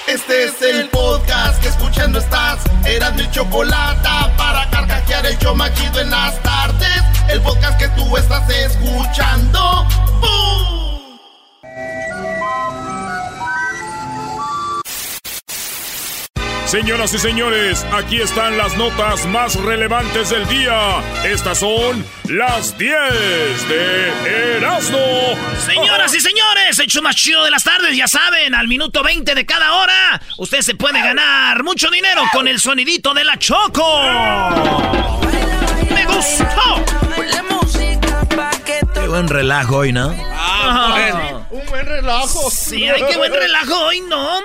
Este es el podcast que escuchando estás. Erasmo y Chocolata, para carcajear el show más chido en las tardes. El podcast que tú estás escuchando. ¡Bum! Señoras y señores, aquí están las notas más relevantes del día. Estas son las 10 de Erasmo. Señoras y señores, el show más chido de las tardes, ya saben, al minuto 20 de cada hora, usted se puede ganar mucho dinero con el sonidito de la Choco. ¡Me gustó! Qué buen relajo hoy, ¿no? Bueno, un buen relajo. Sí, ay, qué buen relajo hoy, no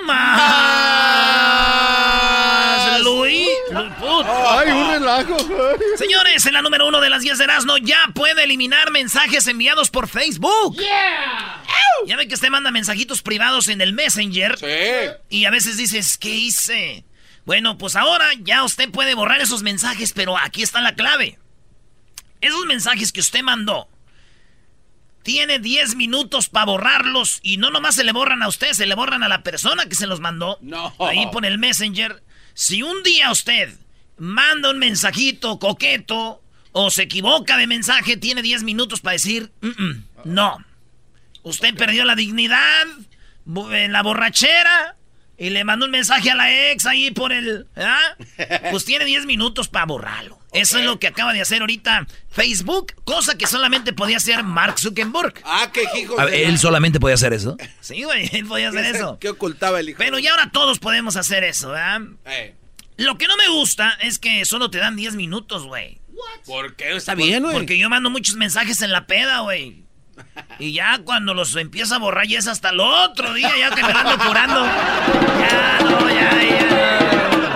más. Luis, ay, un relajo. Señores, en la número 1 de las 10 de Erasmo ya puede eliminar mensajes enviados por Facebook. Yeah. Ya ve que usted manda mensajitos privados en el Messenger. Sí. Y a veces dices, ¿qué hice? Bueno, pues ahora ya usted puede borrar esos mensajes, pero aquí está la clave. Esos mensajes que usted mandó, tiene 10 minutos para borrarlos. Y no nomás se le borran a usted, se le borran a la persona que se los mandó. No. Ahí por el Messenger. Si un día usted manda un mensajito coqueto o se equivoca de mensaje, tiene 10 minutos para decir, no. Usted perdió la dignidad en la borrachera y le mandó un mensaje a la ex ahí por el... Pues tiene 10 minutos para borrarlo. Eso es lo que acaba de hacer ahorita Facebook, cosa que solamente podía hacer Mark Zuckerberg. Qué hijo de... ¿Él solamente podía hacer eso? Sí, güey, él podía hacer eso. ¿Qué ocultaba el hijo? Pero ya ahora todos podemos hacer eso, ¿verdad? Lo que no me gusta es que solo te dan 10 minutos, güey. ¿Por qué? Está bien, güey. Porque yo mando muchos mensajes en la peda, güey. Y ya cuando los empieza a borrar ya es hasta el otro día, ya que me ando curando. Ya, no, ya.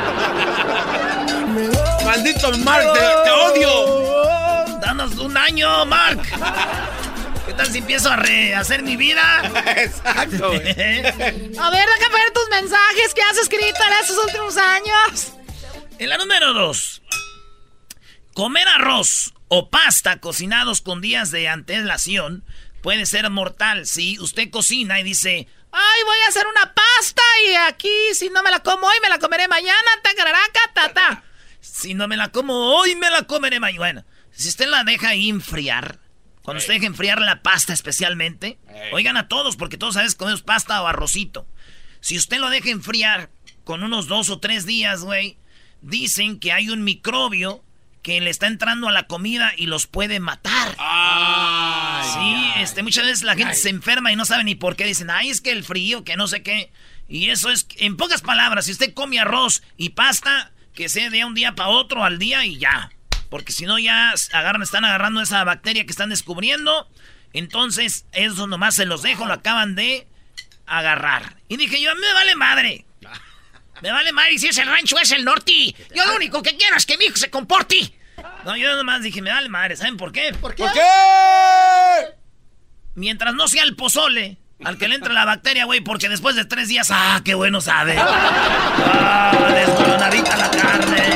Maldito Mark, te odio. Danos un año, Mark. ¿Qué tal si empiezo a rehacer mi vida? Exacto, güey. A ver, déjame ver tus mensajes que has escrito en estos últimos años. En la número 2. Comer arroz o pasta cocinados con días de antelación puede ser mortal. Si usted cocina y dice... Ay, voy a hacer una pasta y aquí, si no me la como hoy, me la comeré mañana. Ta. Si no me la como hoy, me la comeré mañana. Bueno, si usted la deja ahí enfriar, cuando usted deja enfriar la pasta especialmente, oigan a todos, porque todos sabes que comemos pasta o arrocito. Si usted lo deja enfriar con unos 2 o 3 días, güey, dicen que hay un microbio que le está entrando a la comida y los puede matar. Muchas veces la gente se enferma y no sabe ni por qué. Dicen, es que el frío, que no sé qué. Y eso es, en pocas palabras, si usted come arroz y pasta, que sea de un día para otro al día y ya. Porque si no ya están agarrando esa bacteria que están descubriendo. Entonces, eso nomás se los dejo, lo acaban de agarrar. Y dije yo, me vale madre. Me vale madre, y si es el rancho, es el norte. Yo lo único que quiero es que mi hijo se comporte. No, yo nomás dije, me vale madre. ¿Saben por qué? ¿Por qué? Mientras no sea el pozole al que le entra la bacteria, güey, porque después de 3 días, qué bueno sabe. Desboronadita la carne.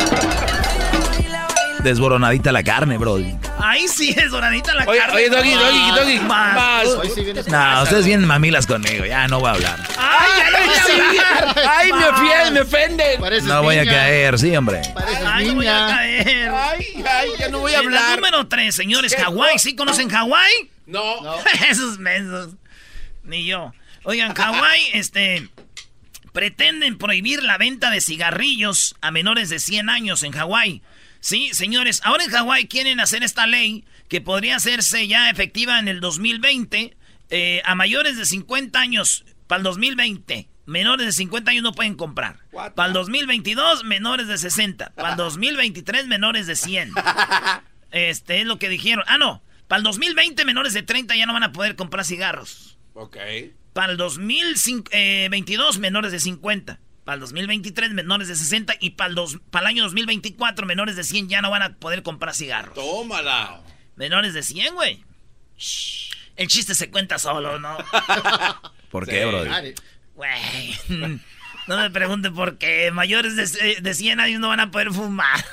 Desboronadita la carne, bro. Ahí sí, desboronadita la carne. Oye, Doggy. Más. No, ustedes vienen mamilas conmigo, ya no voy a hablar. Ya no voy a hablar. Ay, me ofenden. No voy a caer, sí, hombre. No voy a caer. Ay, ya no voy a hablar. La número 3, señores, Hawái. ¿Sí conocen Hawái? No. Esos mensos. Ni yo. Oigan, Hawái, pretenden prohibir la venta de cigarrillos a menores de 100 años en Hawái. Sí, señores, ahora en Hawái quieren hacer esta ley que podría hacerse ya efectiva en el 2020 a mayores de 50 años para el 2020. Menores de 50 años no pueden comprar. Para el 2022, menores de 60. Para el 2023, menores de 100. Es lo que dijeron. No. Para el 2020, menores de 30 ya no van a poder comprar cigarros. Ok. Para el 2022, menores de 50. Para el 2023, menores de 60. Y para el año 2024, menores de 100 ya no van a poder comprar cigarros. Tómala. Menores de 100, güey. El chiste se cuenta solo, ¿no? ¿Por qué, bro? Güey, no me pregunte por qué. Mayores de 100 años no van a poder fumar.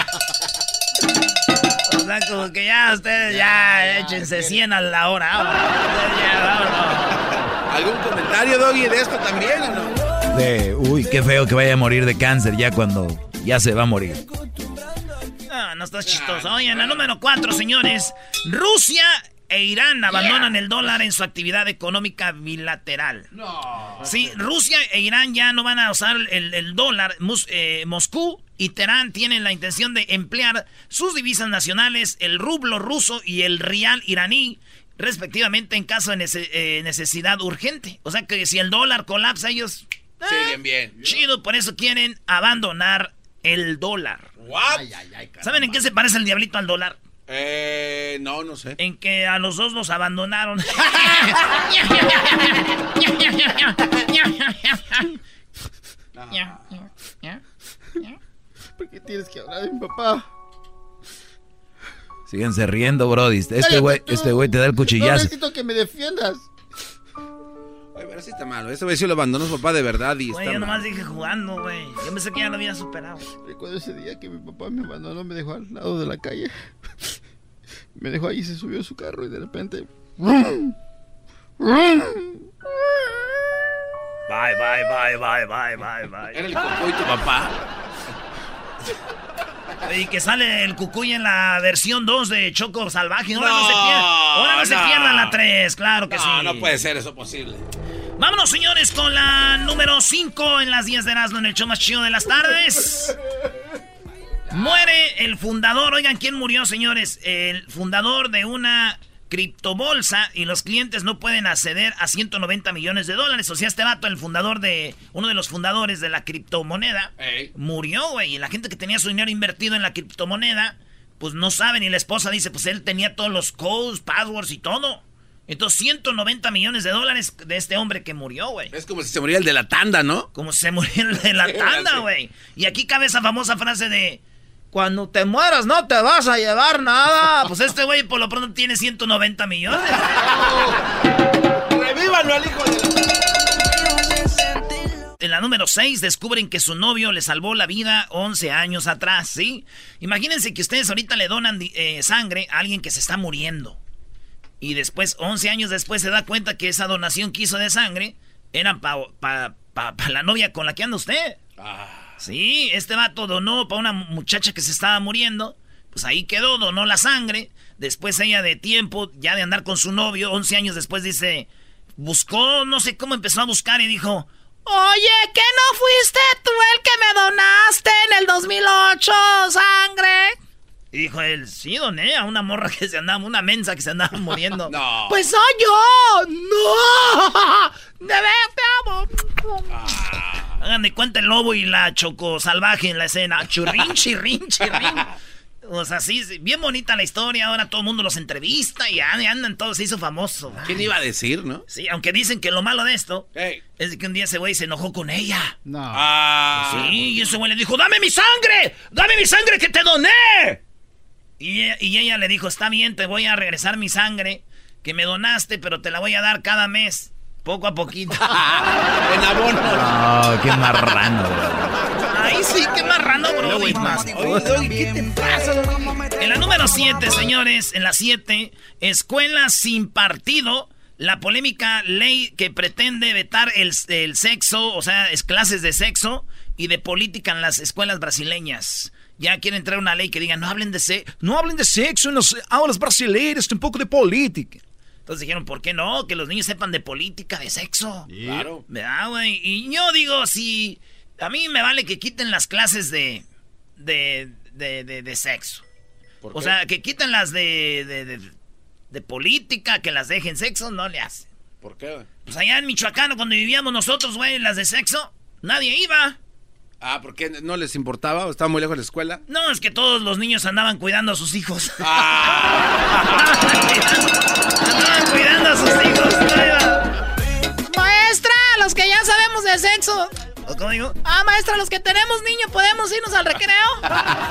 O sea, como que ya ustedes ya échense 100 a la hora. Vámonos. ¿Algún comentario, Doggy, de esto también o no? uy, qué feo que vaya a morir de cáncer ya cuando ya se va a morir. No estás chistoso. Oye, en la número 4, señores, Rusia e Irán abandonan el dólar en su actividad económica bilateral. Sí, Rusia e Irán ya no van a usar el dólar. Moscú y Teherán tienen la intención de emplear sus divisas nacionales, el rublo ruso y el rial iraní, respectivamente, en caso de necesidad urgente. O sea que si el dólar colapsa, ellos siguen bien. Chido, por eso quieren abandonar el dólar. What? ¿Saben en qué se parece el diablito al dólar? No sé. En que a los dos los abandonaron. ¿Por qué tienes que hablar de mi papá? Síguense riendo, brody. Este güey te da el cuchillazo. No necesito que me defiendas. Oye, pero sí está malo. Este güey sí lo abandonó su papá de verdad y güey, está yo nomás mal. dije jugando, güey. Yo pensé que ya lo había superado. Recuerdo ese día que mi papá me abandonó, me dejó al lado de la calle. Me dejó ahí, se subió a su carro y de repente... Bye. Era el Cucuy tu papá. Y que sale el Cucuy en la versión 2 de Choco Salvaje. Ahora no se pierda la 3, claro que sí. No puede ser eso posible. Vámonos, señores, con la número 5 en las 10 de Erasmo en el show más chido de las tardes. Muere el fundador. Oigan, ¿quién murió, señores? El fundador de una criptobolsa y los clientes no pueden acceder a $190 millones. O sea, este vato, uno de los fundadores de la criptomoneda, murió, güey. Y la gente que tenía su dinero invertido en la criptomoneda, pues no saben. Y la esposa dice, pues él tenía todos los codes, passwords y todo. Entonces, $190 millones de este hombre que murió, güey. Es como si se moría el de la tanda, ¿no? Como si se murió el de la tanda, güey. Y aquí cabe esa famosa frase de... Cuando te mueras no te vas a llevar nada. Pues este güey por lo pronto tiene 190 millones. ¡Revívanlo al hijo de la... En la número 6 descubren que su novio le salvó la vida 11 años atrás, ¿sí? Imagínense que ustedes ahorita le donan sangre a alguien que se está muriendo. Y después, 11 años después, se da cuenta que esa donación que hizo de sangre era para la novia con la que anda usted. Sí, este vato donó para una muchacha que se estaba muriendo. Pues ahí quedó, donó la sangre. Después ella de tiempo, ya de andar con su novio, 11 años después dice... Buscó, no sé cómo empezó a buscar y dijo... Oye, ¿qué no fuiste tú el que me donaste en el 2008 sangre? Y dijo él, sí, doné a una morra que se andaba, una mensa que se andaba muriendo. No. Pues soy yo. ¡No! ¡De ver, te amo! Hagan de cuenta el lobo y la Choco Salvaje en la escena. Churrin, chirrin, chirrin. O sea, sí, bien bonita la historia. Ahora todo el mundo los entrevista y andan todos, se hizo famoso. ¿Quién iba a decir, no? Sí, aunque dicen que lo malo de esto es que un día ese güey se enojó con ella. No. Sí, y ese güey le dijo, ¡dame mi sangre! ¡Dame mi sangre que te doné! Y ella le dijo, está bien, te voy a regresar mi sangre que me donaste, pero te la voy a dar cada mes, poco a poquito. En abono. No, qué marrano, bro. Ay, sí, qué marrano, bro. Oye, ¿qué te pasa? En la número 7, señores, en la 7, escuelas sin partido, la polémica ley que pretende vetar el sexo, o sea, clases de sexo y de política en las escuelas brasileñas. Ya quieren traer una ley que diga, no hablen de sexo en las aulas brasileñas, tampoco de política. Entonces dijeron, ¿por qué no? Que los niños sepan de política, de sexo. Claro. ¿Verdad, güey? Y yo digo, si a mí me vale que quiten las clases de sexo. O sea, que quiten las de política, que las dejen sexo, no le hacen. ¿Por qué, güey? Pues allá en Michoacán, cuando vivíamos nosotros, güey, las de sexo, nadie iba. ¿Por qué no les importaba? ¿O estaba muy lejos de la escuela? No, es que todos los niños andaban cuidando a sus hijos. Andaban cuidando a sus hijos. Maestra, los que ya sabemos de sexo. ¿Cómo digo? Maestra, los que tenemos niños, ¿podemos irnos al recreo?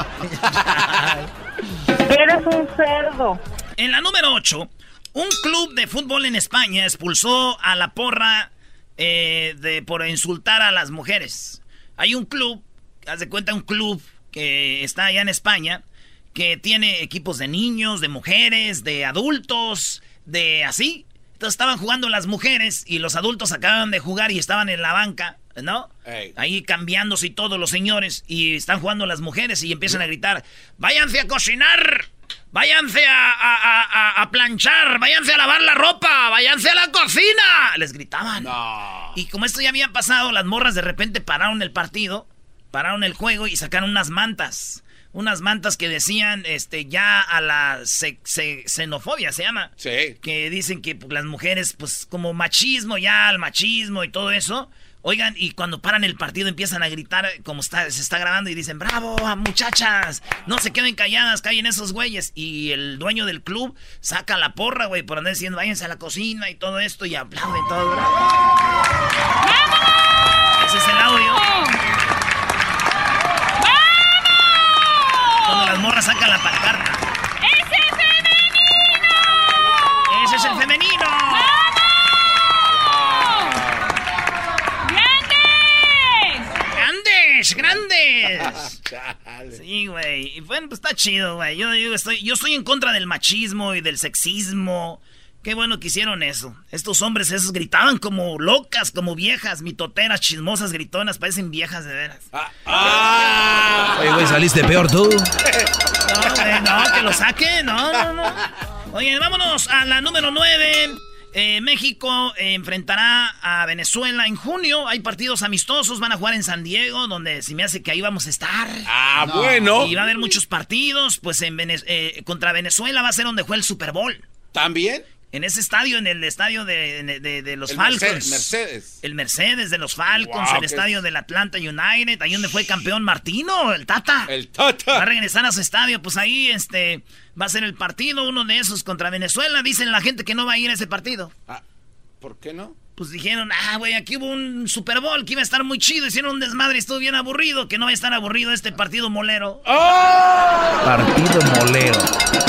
Eres un cerdo. En la número 8, un club de fútbol en España expulsó a la porra por insultar a las mujeres. Hay un club, haz de cuenta un club que está allá en España, que tiene equipos de niños, de mujeres, de adultos, de así. Entonces estaban jugando las mujeres y los adultos acababan de jugar y estaban en la banca, ¿no? Ey. Ahí cambiándose y todos los señores. Y están jugando las mujeres y empiezan a gritar, váyanse a cocinar, váyanse a planchar, váyanse a lavar la ropa, váyanse a la cocina. Les gritaban. No. Y como esto ya había pasado, las morras de repente pararon el partido, pararon el juego y sacaron unas mantas. Unas mantas que decían, ya a la xenofobia se llama. Sí. Que dicen que pues, las mujeres, pues como machismo ya, al machismo y todo eso. Oigan, y cuando paran el partido empiezan a gritar como se está grabando y dicen, bravo, muchachas, no se queden calladas, callen esos güeyes. Y el dueño del club saca la porra, güey, por andar diciendo, váyanse a la cocina y todo esto y aplauden todo. ¡Bravo! Ese es el audio. Cuando las morras sacan la pancarta. ¡Ese es femenino! ¡Ese es el femenino! ¡Vamos! ¡Grandes! ¡Grandes! Chale. Sí, güey. Y bueno, pues está chido, güey. Yo estoy en contra del machismo y del sexismo. Qué bueno que hicieron eso. Estos hombres esos gritaban como locas, como viejas, mitoteras, chismosas, gritonas, parecen viejas de veras. Oye, güey, saliste peor tú. No, güey, no, que lo saquen, no. Oye, vámonos a la número 9. México enfrentará a Venezuela en junio. Hay partidos amistosos, van a jugar en San Diego, donde se me hace que ahí vamos a estar. Bueno. Y va a haber muchos partidos, pues contra Venezuela va a ser donde juega el Super Bowl. ¿También? En ese estadio, en el estadio de los Falcons. Mercedes. El Mercedes de los Falcons, Wow, el estadio del Atlanta United, ahí donde fue campeón Martino, el Tata. Va a regresar a su estadio, pues ahí va a ser el partido, uno de esos contra Venezuela. Dicen la gente que no va a ir a ese partido. ¿Por qué no? Pues dijeron, güey, aquí hubo un Super Bowl que iba a estar muy chido, hicieron un desmadre y estuvo bien aburrido, que no va a estar aburrido este partido molero. Partido molero.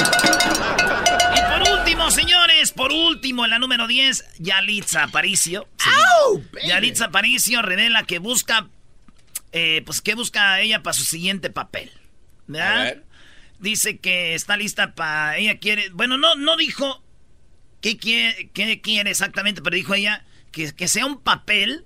Y por último, señores, en la número 10, Yalitza Aparicio. Yalitza Aparicio revela que busca, ¿qué busca ella para su siguiente papel? ¿Verdad? A ver. Dice que está lista para, ella quiere, bueno, no dijo qué quiere exactamente, pero dijo ella que sea un papel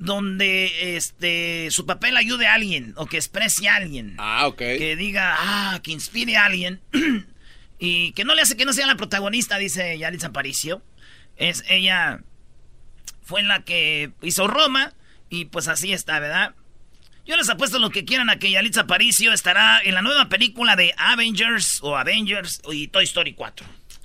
donde su papel ayude a alguien o que exprese a alguien. Ok. Que diga, que inspire a alguien. Y que no le hace que no sea la protagonista, dice Yalitza Aparicio. Ella fue la que hizo Roma y pues así está, ¿verdad? Yo les apuesto lo que quieran a que Yalitza Aparicio estará en la nueva película de Avengers y Toy Story 4.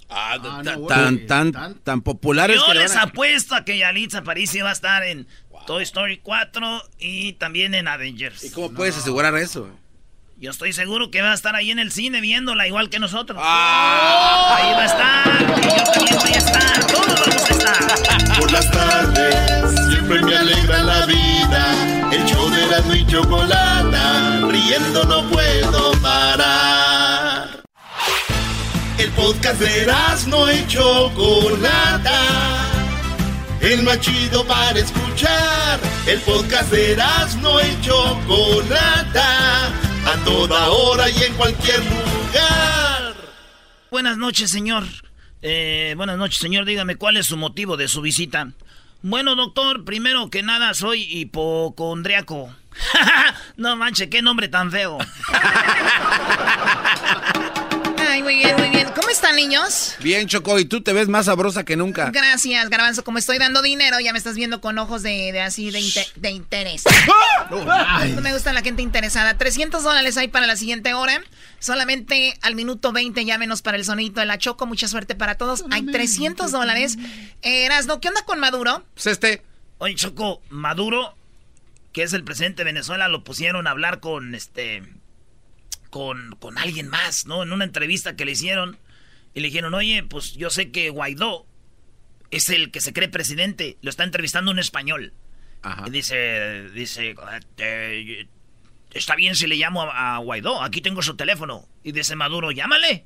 Tan populares. Yo les apuesto a que Yalitza Aparicio va a estar en Toy Story 4 y también en Avengers. ¿Y cómo puedes asegurar eso? Yo estoy seguro que va a estar ahí en el cine viéndola igual que nosotros. Ahí va a estar, y yo también voy a estar, todos vamos a estar. Por las tardes siempre me alegra la vida. El show de Erasmo y Chocolata, riendo no puedo parar. El podcast de Erasmo y Chocolata, el más chido para escuchar. El podcast de Erasmo y Chocolata, a toda hora y en cualquier lugar. Buenas noches, señor. Dígame, ¿cuál es su motivo de su visita? Bueno, doctor, primero que nada soy hipocondriaco. No manche, qué nombre tan feo. Ay, muy bien, muy bien. ¿Cómo están, niños? Bien, Choco, y tú te ves más sabrosa que nunca. Gracias, Garbanzo. Como estoy dando dinero, ya me estás viendo con ojos de interés. No me gusta la gente interesada. $300 hay para la siguiente hora. Solamente al minuto 20 llámenos para el sonidito de la Choco. Mucha suerte para todos. Hay $300. Erasno, ¿qué onda con Maduro? Pues Oye, Choco, Maduro, que es el presidente de Venezuela, lo pusieron a hablar con alguien más, ¿no? En una entrevista que le hicieron. Y le dijeron, oye, pues yo sé que Guaidó es el que se cree presidente. Lo está entrevistando un español. Ajá. Y dice, está bien si le llamo a Guaidó. Aquí tengo su teléfono. Y dice Maduro, llámale,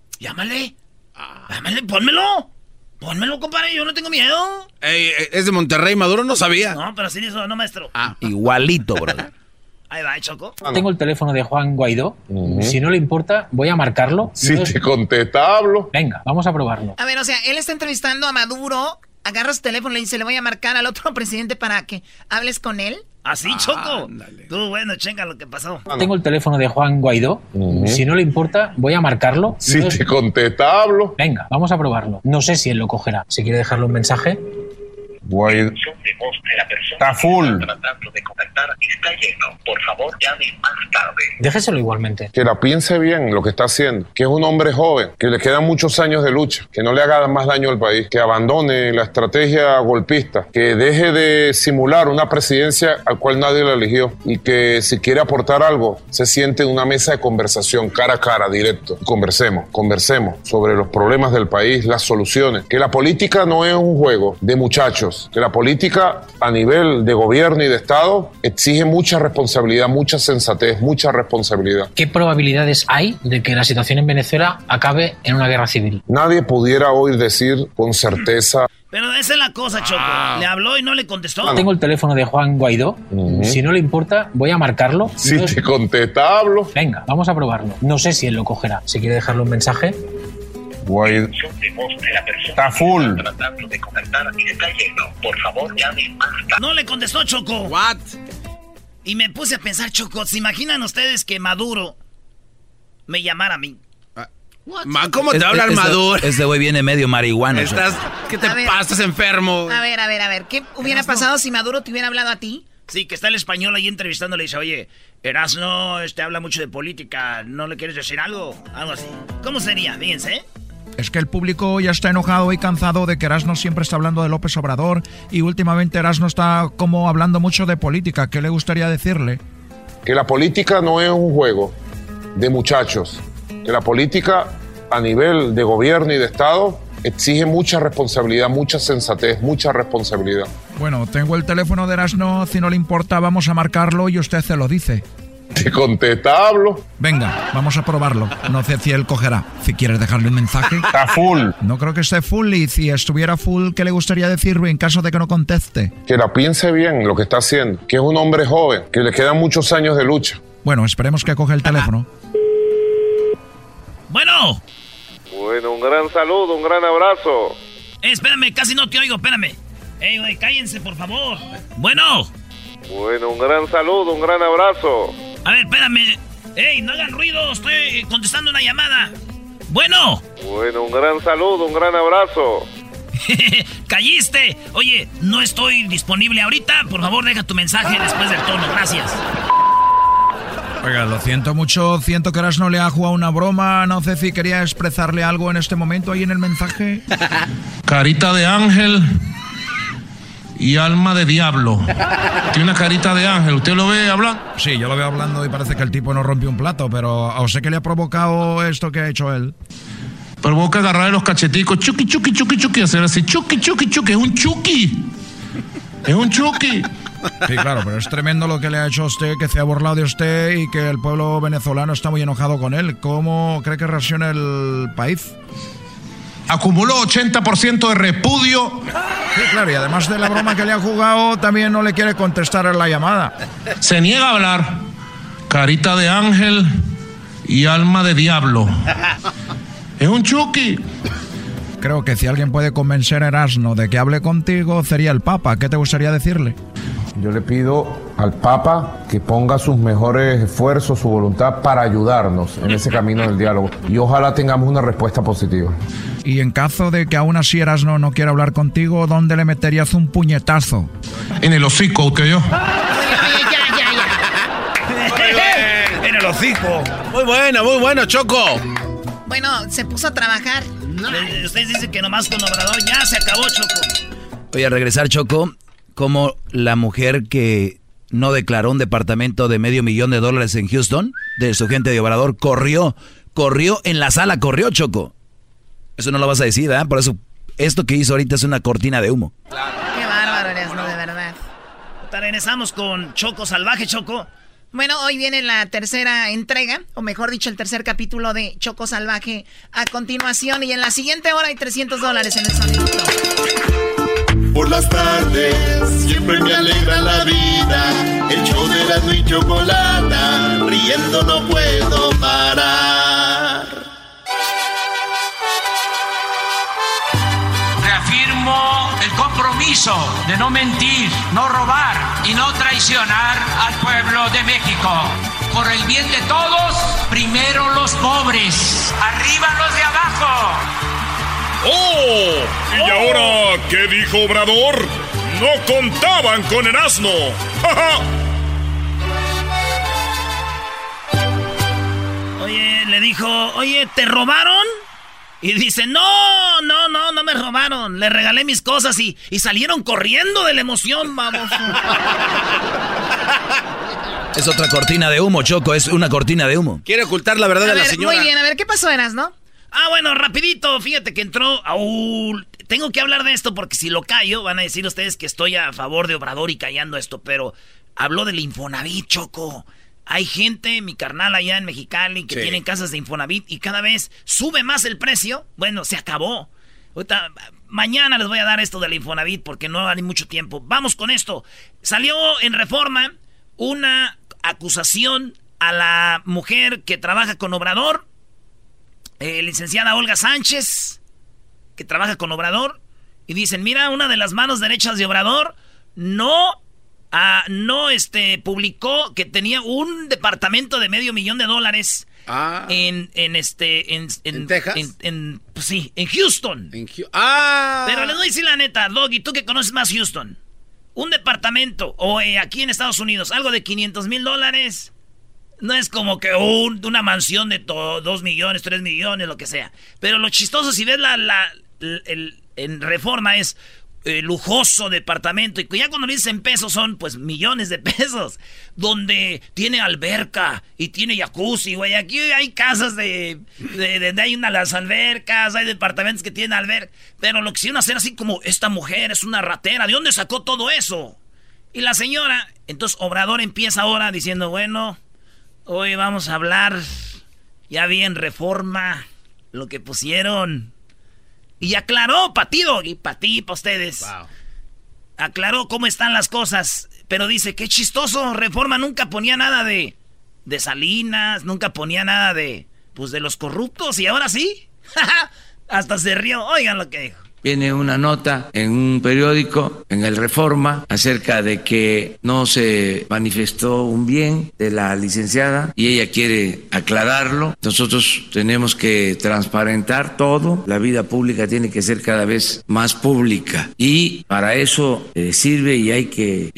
pónmelo, compadre, yo no tengo miedo. Es de Monterrey, Maduro, no sabía. No, pero sí dice, no, maestro. Igualito, brother. Ahí va, Choco. Tengo el teléfono de Juan Guaidó. Si no le importa, voy a marcarlo. Si te contesta, hablo. Venga, vamos a probarlo. A ver, o sea, él está entrevistando a Maduro agarra su teléfono y le dice, le voy a marcar al otro presidente para que hables con él. ¿Así, Choco? Tú, bueno, chenga lo que pasó. Tengo el teléfono de Juan Guaidó. Si no le importa, voy a marcarlo. Si te contesta, hablo. Venga, vamos a probarlo. No sé si él lo cogerá. Si quiere dejarle un mensaje. Guaidó. Está full. Tratando de contactar, está lleno. Por favor, llame más tarde. Déjeselo igualmente. Que la piense bien lo que está haciendo. Que es un hombre joven, que le quedan muchos años de lucha. Que no le haga más daño al país. Que abandone la estrategia golpista. Que deje de simular una presidencia al cual nadie la eligió. Y que si quiere aportar algo, se siente en una mesa de conversación, cara a cara, directo. Conversemos sobre los problemas del país, las soluciones. Que la política no es un juego de muchachos. Que la política a nivel de gobierno y de Estado exige mucha responsabilidad, mucha sensatez, mucha responsabilidad. ¿Qué probabilidades hay de que la situación en Venezuela acabe en una guerra civil? Nadie pudiera hoy decir con certeza. Pero esa es la cosa, Choco. Le habló y no le contestó. Tengo el teléfono de Juan Guaidó. Si no le importa, voy a marcarlo. Si te contesta, hablo. Venga, vamos a probarlo. No sé si él lo cogerá. Si quiere dejarle un mensaje. Guaidó. Está full. Tratando de contactar, está lleno. Por favor, llame más tarde. No le contestó, Choco. What? Y me puse a pensar, Choco, ¿se imaginan ustedes que Maduro me llamara a mí? ¿Cómo te habla Maduro? Este güey viene medio marihuana. ¿Qué te pasa? ¿Estás enfermo? A ver. ¿Qué hubiera pasado si Maduro te hubiera hablado a ti? Sí, que está el español ahí entrevistándole y dice, oye, Erasno habla mucho de política, ¿no le quieres decir algo? Algo así. ¿Cómo sería? Fíjense, ¿eh? Es que el público ya está enojado y cansado de que Erasno siempre está hablando de López Obrador y últimamente Erasno está como hablando mucho de política. ¿Qué le gustaría decirle? Que la política no es un juego de muchachos. Que la política a nivel de gobierno y de Estado exige mucha responsabilidad, mucha sensatez, mucha responsabilidad. Bueno, tengo el teléfono de Erasno. Si no le importa, vamos a marcarlo y usted se lo dice. Te contesta, hablo. Venga, vamos a probarlo. No sé si él cogerá. Si quieres dejarle un mensaje. Está full. No creo que esté full y si estuviera full, ¿qué le gustaría decirle en caso de que no conteste? Que la piense bien lo que está haciendo. Que es un hombre joven, que le quedan muchos años de lucha. Bueno, esperemos que coge el teléfono. Bueno, un gran saludo, un gran abrazo. Espérame, casi no te oigo, espérame. Ey, güey, cállense, por favor. Bueno, un gran saludo, un gran abrazo. a ver, espérame. Ey, no hagan ruido, estoy contestando una llamada. Bueno, un gran saludo, un gran abrazo. ¡Calliste! Oye, no estoy disponible ahorita. Por favor, deja tu mensaje después del tono. Gracias. Oiga, lo siento mucho. Siento que Erasno le ha jugado una broma. No sé si quería expresarle algo en este momento ahí en el mensaje. Carita de ángel y alma de diablo. Tiene una carita de ángel. ¿Usted lo ve hablando? Sí, yo lo veo hablando y parece que el tipo no rompió un plato, pero ¿a usted qué le ha provocado esto que ha hecho él? Provoca agarrarle los cacheticos, chuki, chuki, chuki, chuki, hacer así, chuki, chuki, chuki, es un chuki. Es un chuki. Sí, claro, pero es tremendo lo que le ha hecho a usted, que se ha burlado de usted y que el pueblo venezolano está muy enojado con él. ¿Cómo cree que reacciona el país? Acumuló 80% de repudio. Sí, claro, y además de la broma que le ha jugado, también no le quiere contestar a la llamada. Se niega a hablar. Carita de ángel y alma de diablo. Es un chuki. Creo que si alguien puede convencer a Erasno de que hable contigo, sería el Papa. ¿Qué te gustaría decirle? Yo le pido al Papa que ponga sus mejores esfuerzos, su voluntad para ayudarnos en ese camino del diálogo. Y ojalá tengamos una respuesta positiva. Y en caso de que aún así Erasno no quiera hablar contigo, ¿dónde le meterías un puñetazo? En el hocico, usted y yo. En el hocico. Muy bueno, Choco. Bueno, se puso a trabajar. Ustedes dicen que nomás con Obrador ya se acabó, Choco. Oye, a regresar, Choco, como la mujer que no declaró un departamento de $500,000 en Houston, de su gente de Obrador, corrió en la sala, Choco. Eso no lo vas a decir, ¿eh? Por eso, esto que hizo ahorita es una cortina de humo. Claro. Qué bárbaro eres, ¿no? De verdad. Regresamos con Choco Salvaje, Choco. Bueno, hoy viene la tercera entrega, o mejor dicho, el tercer capítulo de Choco Salvaje a continuación. Y en la siguiente hora hay $300 en el sonidito. Por las tardes siempre me alegra la vida. El show de Erasmo y Chocolata, riendo no puedo parar. Reafirmo el compromiso de no mentir, no robar y no traicionar al pueblo de México. Por el bien de todos, primero los pobres, arriba los de abajo. ¡Oh! ¿Y ahora qué dijo Obrador? ¡No contaban con el asno! ¡Ja, ja! Oye, le dijo, oye, ¿te robaron? Y dice, no me robaron. Le regalé mis cosas y salieron corriendo de la emoción, vamos. Es otra cortina de humo, Choco, es una cortina de humo. Quiere ocultar la verdad de la señora. Muy bien, a ver, ¿qué pasó, Erasno? Bueno, rapidito, fíjate que entró... tengo que hablar de esto porque si lo callo van a decir ustedes que estoy a favor de Obrador y callando esto, pero habló del Infonavit, Choco. Hay gente, mi carnal allá en Mexicali, que tienen casas de Infonavit y cada vez sube más el precio. Bueno, se acabó. Ahorita, mañana les voy a dar esto del Infonavit porque no hay mucho tiempo. Vamos con esto. Salió en Reforma una acusación a la mujer que trabaja con Obrador, licenciada Olga Sánchez, que trabaja con Obrador, y dicen, mira, una de las manos derechas de Obrador publicó que tenía un departamento de $500,000 en Texas. Pues sí, en Houston. Pero les voy a decir la neta, Doggy, tú que conoces más Houston, un departamento o aquí en Estados Unidos, algo de $500,000 no es como que una mansión de 2 millones, 3 millones, lo que sea. Pero lo chistoso, si ves en Reforma, es lujoso departamento. Y ya cuando lo dices en pesos son pues millones de pesos. Donde tiene alberca y tiene jacuzzi, güey. Aquí hay casas hay las albercas, hay departamentos que tienen alberca. Pero lo quisieron hacer así como, esta mujer es una ratera. ¿De dónde sacó todo eso? Y la señora, entonces Obrador empieza ahora diciendo, bueno, hoy vamos a hablar, ya vi en Reforma lo que pusieron. Y aclaró, para ti, Doggy, para ti, para ustedes. Wow. Aclaró cómo están las cosas. Pero dice, qué chistoso, Reforma nunca ponía nada de Salinas, nunca ponía nada de los corruptos, y ahora sí. Hasta se rió, oigan lo que dijo. Viene una nota en un periódico, en el Reforma, acerca de que no se manifestó un bien de la licenciada y ella quiere aclararlo. Nosotros tenemos que transparentar todo. La vida pública tiene que ser cada vez más pública y para eso sirve y hay que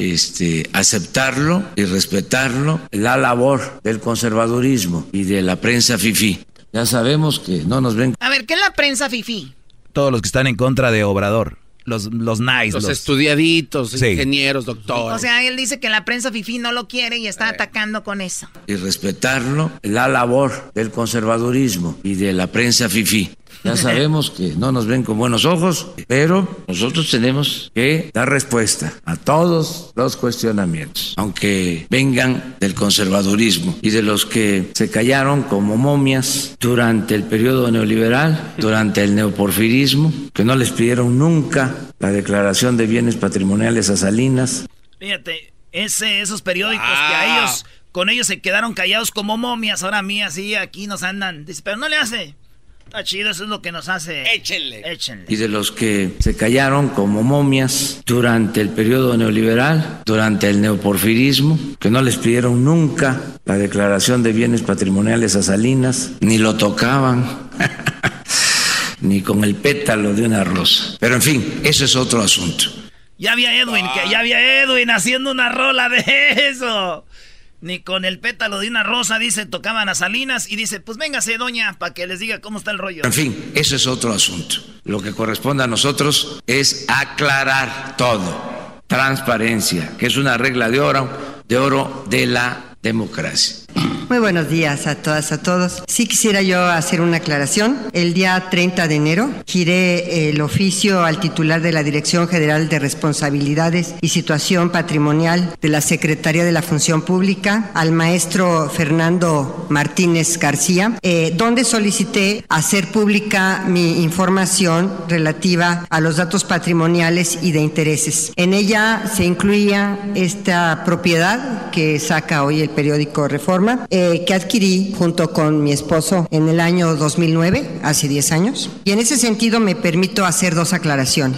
aceptarlo y respetarlo la labor del conservadurismo y de la prensa fifí. Ya sabemos que no nos ven. A ver, ¿qué es la prensa fifí? Todos los que están en contra de Obrador. Los nice. Los estudiaditos, sí. Ingenieros, doctores. O sea, él dice que la prensa fifí no lo quiere y está atacando con eso. Y respetarlo, la labor del conservadurismo y de la prensa fifí. Ya sabemos que no nos ven con buenos ojos, pero nosotros tenemos que dar respuesta a todos los cuestionamientos, aunque vengan del conservadurismo y de los que se callaron como momias durante el periodo neoliberal, durante el neoporfirismo, que no les pidieron nunca la declaración de bienes patrimoniales a Salinas. Fíjate, esos periódicos que con ellos se quedaron callados como momias, ahora a mí así aquí nos andan, dice, pero no le hace. Está chido, eso es lo que nos hace. Échenle. Y de los que se callaron como momias durante el periodo neoliberal, durante el neoporfirismo, que no les pidieron nunca la declaración de bienes patrimoniales a Salinas, ni lo tocaban, ni con el pétalo de una rosa. Pero en fin, eso es otro asunto. Ya había Edwin haciendo una rola de eso. Ni con el pétalo de una rosa, dice, tocaban a Salinas. Y dice, pues véngase, doña, para que les diga cómo está el rollo. En fin, eso es otro asunto. Lo que corresponde a nosotros es aclarar todo. Transparencia, que es una regla de oro de la democracia. Muy buenos días a todas, a todos. Sí quisiera yo hacer una aclaración. El día 30 de enero giré el oficio al titular de la Dirección General de Responsabilidades y Situación Patrimonial de la Secretaría de la Función Pública, al maestro Fernando Martínez García, donde solicité hacer pública mi información relativa a los datos patrimoniales y de intereses. En ella se incluía esta propiedad que saca hoy el periódico Reforma, que adquirí junto con mi esposo en el año 2009, hace 10 años. Y en ese sentido me permito hacer dos aclaraciones.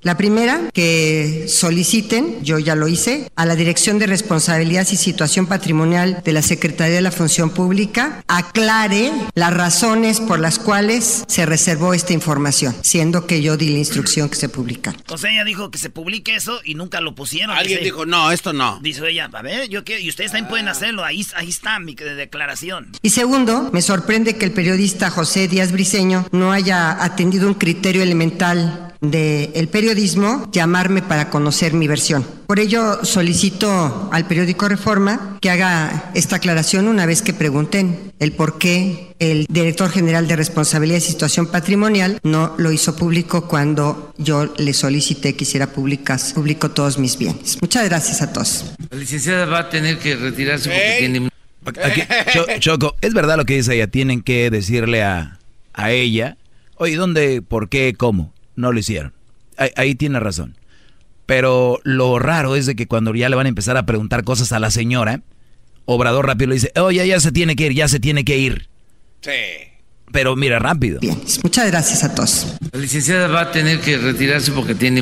La primera, que soliciten, yo ya lo hice, a la Dirección de Responsabilidad y Situación Patrimonial de la Secretaría de la Función Pública, aclare las razones por las cuales se reservó esta información, siendo que yo di la instrucción que se publicara. O sea, ella dijo que se publique eso y nunca lo pusieron. Alguien dijo, no, esto no. Dice ella, a ver, yo quiero, y ustedes también pueden hacerlo, ahí está mi declaración. Y segundo, me sorprende que el periodista José Díaz Briceño no haya atendido un criterio elemental del periodismo, llamarme para conocer mi versión. Por ello solicito al periódico Reforma que haga esta aclaración una vez que pregunten el por qué el director general de Responsabilidad y Situación Patrimonial no lo hizo público cuando yo le solicité que hiciera público todos mis bienes. Muchas gracias a todos. La licenciada va a tener que retirarse porque tiene... Aquí, Choco, es verdad lo que dice ella, tienen que decirle a ella, oye, ¿dónde, por qué, cómo? No lo hicieron. Ahí tiene razón. Pero lo raro es de que cuando ya le van a empezar a preguntar cosas a la señora, Obrador rápido le dice, oye, ya se tiene que ir. Sí. Pero mira, rápido. Bien, muchas gracias a todos. La licenciada va a tener que retirarse porque tiene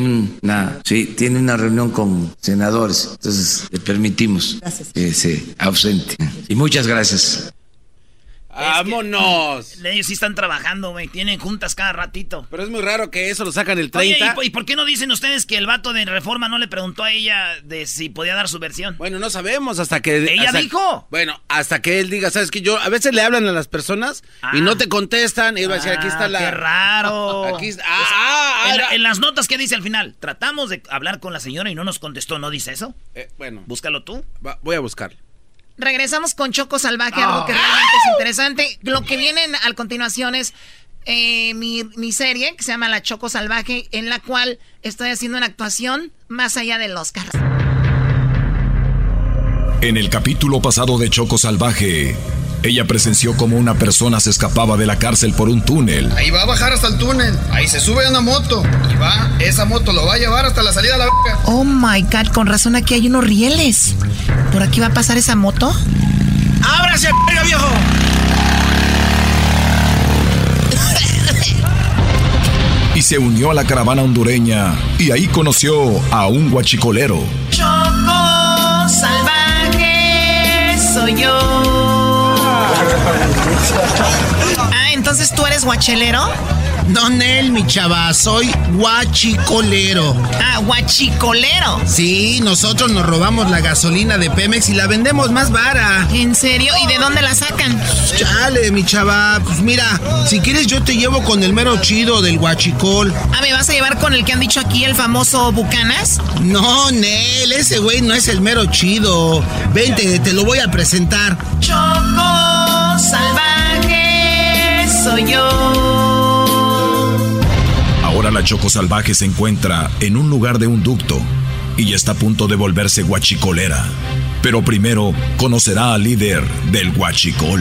una reunión con senadores. Entonces le permitimos que se ausente. Y muchas gracias. ¡Vámonos! Ellos sí están trabajando, güey. Tienen juntas cada ratito. Pero es muy raro que eso lo sacan el 30. Oye, ¿y por qué no dicen ustedes que el vato de Reforma no le preguntó a ella de si podía dar su versión? Bueno, no sabemos hasta que... ¿Ella dijo? Bueno, hasta que él diga, ¿sabes qué? Yo a veces le hablan a las personas y no te contestan. Y él va a decir, aquí está la... ¡Qué raro! Aquí está... En las notas, ¿qué dice al final? Tratamos de hablar con la señora y no nos contestó. ¿No dice eso? Bueno. Búscalo tú. Voy a buscarlo. Regresamos con Choco Salvaje, algo que realmente es interesante. Lo que viene a continuación es mi serie, que se llama La Choco Salvaje, en la cual estoy haciendo una actuación más allá del Oscar. En el capítulo pasado de Choco Salvaje, ella presenció cómo una persona se escapaba de la cárcel por un túnel. Ahí va a bajar hasta el túnel, ahí se sube a una moto y esa moto lo va a llevar hasta la salida de la verga. Oh my God, con razón aquí hay unos rieles. ¿Por aquí va a pasar esa moto? ¡Ábrase, verga, viejo! Y se unió a la caravana hondureña y ahí conoció a un guachicolero. Choco Salvaje soy yo. Entonces tú eres guachelero. No, Nel, mi chava, soy guachicolero. Guachicolero. Sí, nosotros nos robamos la gasolina de Pemex y la vendemos más vara. ¿En serio? ¿Y de dónde la sacan? Chale, mi chava, pues mira, si quieres yo te llevo con el mero chido del guachicol. ¿Me vas a llevar con el que han dicho aquí, el famoso Bucanas? No, Nel, ese güey no es el mero chido. Vente, te lo voy a presentar. Choco Salvaje soy yo. Ahora la Choco Salvaje se encuentra en un lugar de un ducto y ya está a punto de volverse guachicolera. Pero primero conocerá al líder del guachicol.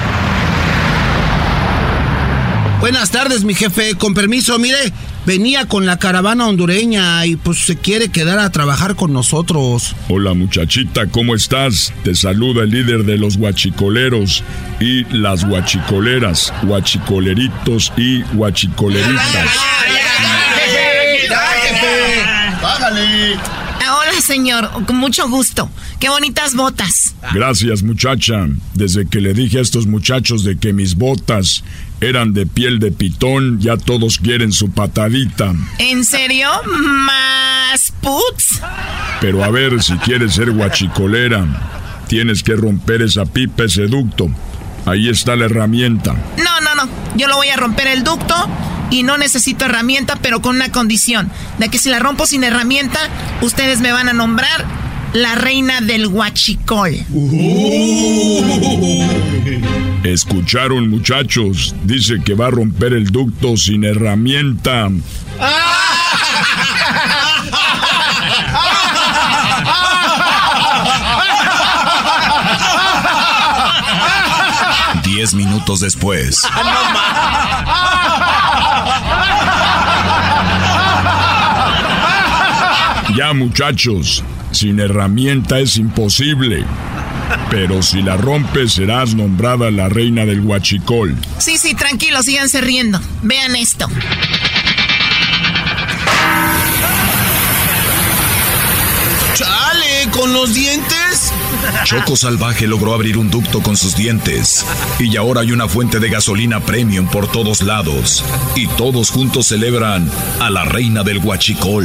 Buenas tardes, mi jefe. Con permiso, mire, venía con la caravana hondureña y pues se quiere quedar a trabajar con nosotros. Hola, muchachita, ¿cómo estás? Te saluda el líder de los guachicoleros y las guachicoleras, guachicoleritos y guachicoleritas. ¡Ya, jefe! ¡Bájale! Hola, señor, con mucho gusto. ¡Qué bonitas botas! Gracias, muchacha. Desde que le dije a estos muchachos de que mis botas eran de piel de pitón, ya todos quieren su patadita. ¿En serio? ¿Más puts? Pero a ver, si quieres ser guachicolera, tienes que romper esa pipa, ese ducto. Ahí está la herramienta. No. Yo lo voy a romper el ducto y no necesito herramienta, pero con una condición. De que si la rompo sin herramienta, ustedes me van a nombrar la reina del guachicol. Escucharon, muchachos. Dice que va a romper el ducto sin herramienta. 10 minutos después. Ya, muchachos, sin herramienta es imposible. Pero si la rompes, serás nombrada la reina del guachicol. Sí, tranquilos, síganse riendo. Vean esto. ¿Qué? ¿Con los dientes? Choco Salvaje logró abrir un ducto con sus dientes. Y ahora hay una fuente de gasolina premium por todos lados. Y todos juntos celebran a la reina del huachicol.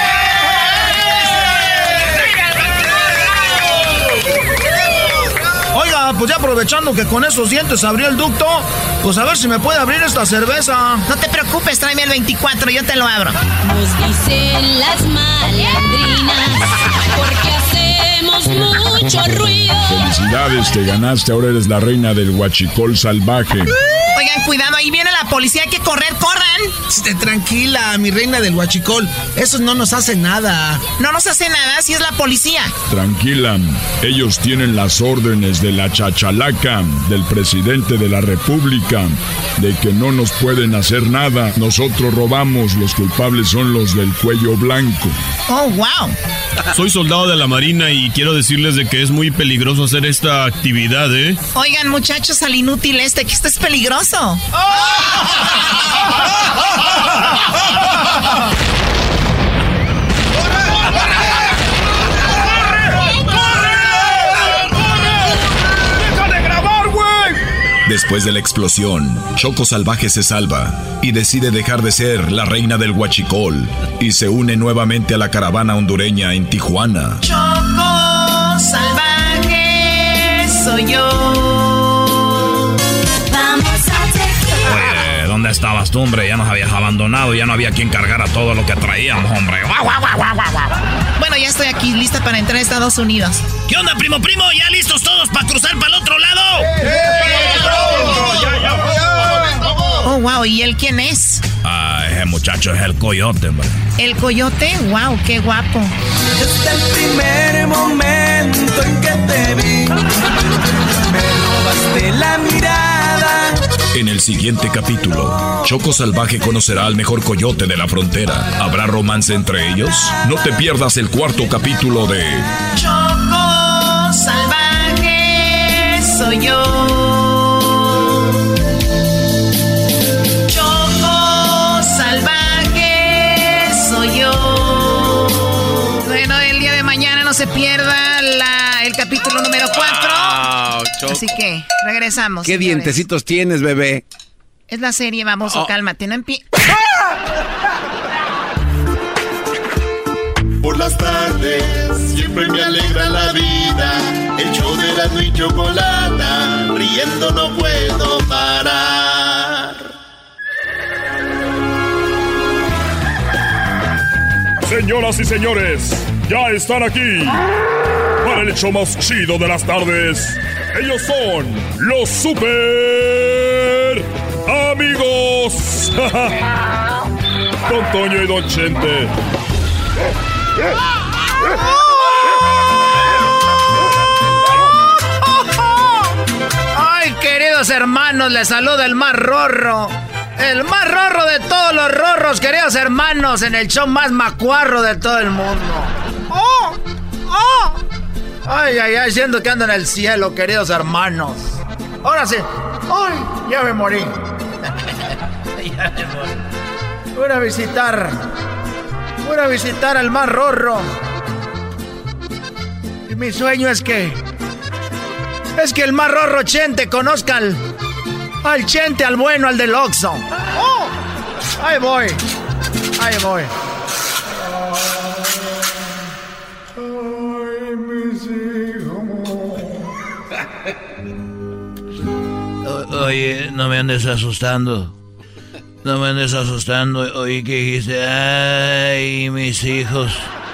Oiga, pues ya aprovechando que con esos dientes abrió el ducto, pues a ver si me puede abrir esta cerveza. No te preocupes, tráeme el 24, yo te lo abro. Nos dicen las malandrinas porque hacemos mucho ruido. Felicidades, te ganaste, ahora eres la reina del huachicol salvaje. Oigan, cuidado, ahí viene la policía, hay que correr, corran. Tranquila, mi reina del huachicol, esos no nos hacen nada. No nos hace nada si es la policía. Tranquila, ellos tienen las órdenes de la chachalaca, del presidente de la república, de que no nos pueden hacer nada. Nosotros robamos, los culpables son los del cuello blanco. Oh, wow. Soy soldado de la Marina y quiero decirles de que es muy peligroso hacer esta actividad, ¿eh? Oigan, muchachos, al inútil que esto es peligroso. Después de la explosión, Choco Salvaje se salva y decide dejar de ser la reina del huachicol y se une nuevamente a la caravana hondureña en Tijuana. Choco Salvaje soy yo. Vamos a Oye, ¿dónde estabas tú, hombre? Ya nos habías abandonado, ya no había quien cargara todo lo que traíamos, hombre. Bueno, ya estoy aquí, lista para entrar a Estados Unidos. ¿Qué onda, primo? ¿Ya listos todos para cruzar para el otro lado? Oh, wow, ¿y él quién es? Ese muchacho es el Coyote, hombre. ¿El Coyote? Wow, qué guapo. Desde el primer momento en que te vi, me robaste la mirada. En el siguiente capítulo, Choco Salvaje conocerá al mejor coyote de la frontera. ¿Habrá romance entre ellos? No te pierdas el cuarto capítulo de Choco Salvaje soy yo. Choco Salvaje soy yo. Bueno, el día de mañana no se pierda el capítulo número 4. Así que regresamos. ¿Qué señores. dientecitos tienes, bebé? Es la serie, vamos, cálmate, no Por las tardes siempre me alegra la vida. El show de Erasmo y Chocolata, riendo no puedo parar. Señoras y señores, ya están aquí para el show más chido de las tardes. Ellos son los super amigos. Don Toño y Don Chente. Ay, queridos hermanos, les saluda el más rorro. El más rorro de todos los rorros, queridos hermanos, en el show más macuarro de todo el mundo. Ay, siento que ando en el cielo, queridos hermanos. Ahora sí. Ay, ya me morí. Ya me morí. Voy a visitar al más rorro. Y mi sueño es que el más rorro Chente conozca al Chente, al bueno, al del Oxxo. Ahí voy. Ay, mis hijos. Oye, no me andes asustando. Oí que dijiste, ay, mis hijos.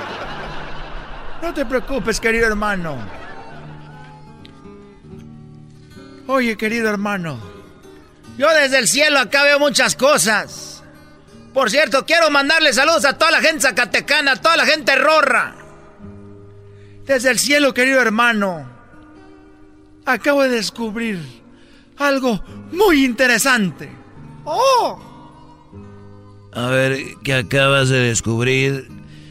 No te preocupes, querido hermano. Oye, querido hermano, yo desde el cielo acá veo muchas cosas. Por cierto, quiero mandarle saludos a toda la gente zacatecana, a toda la gente rorra. Desde el cielo, querido hermano, acabo de descubrir algo muy interesante. A ver, ¿qué acabas de descubrir?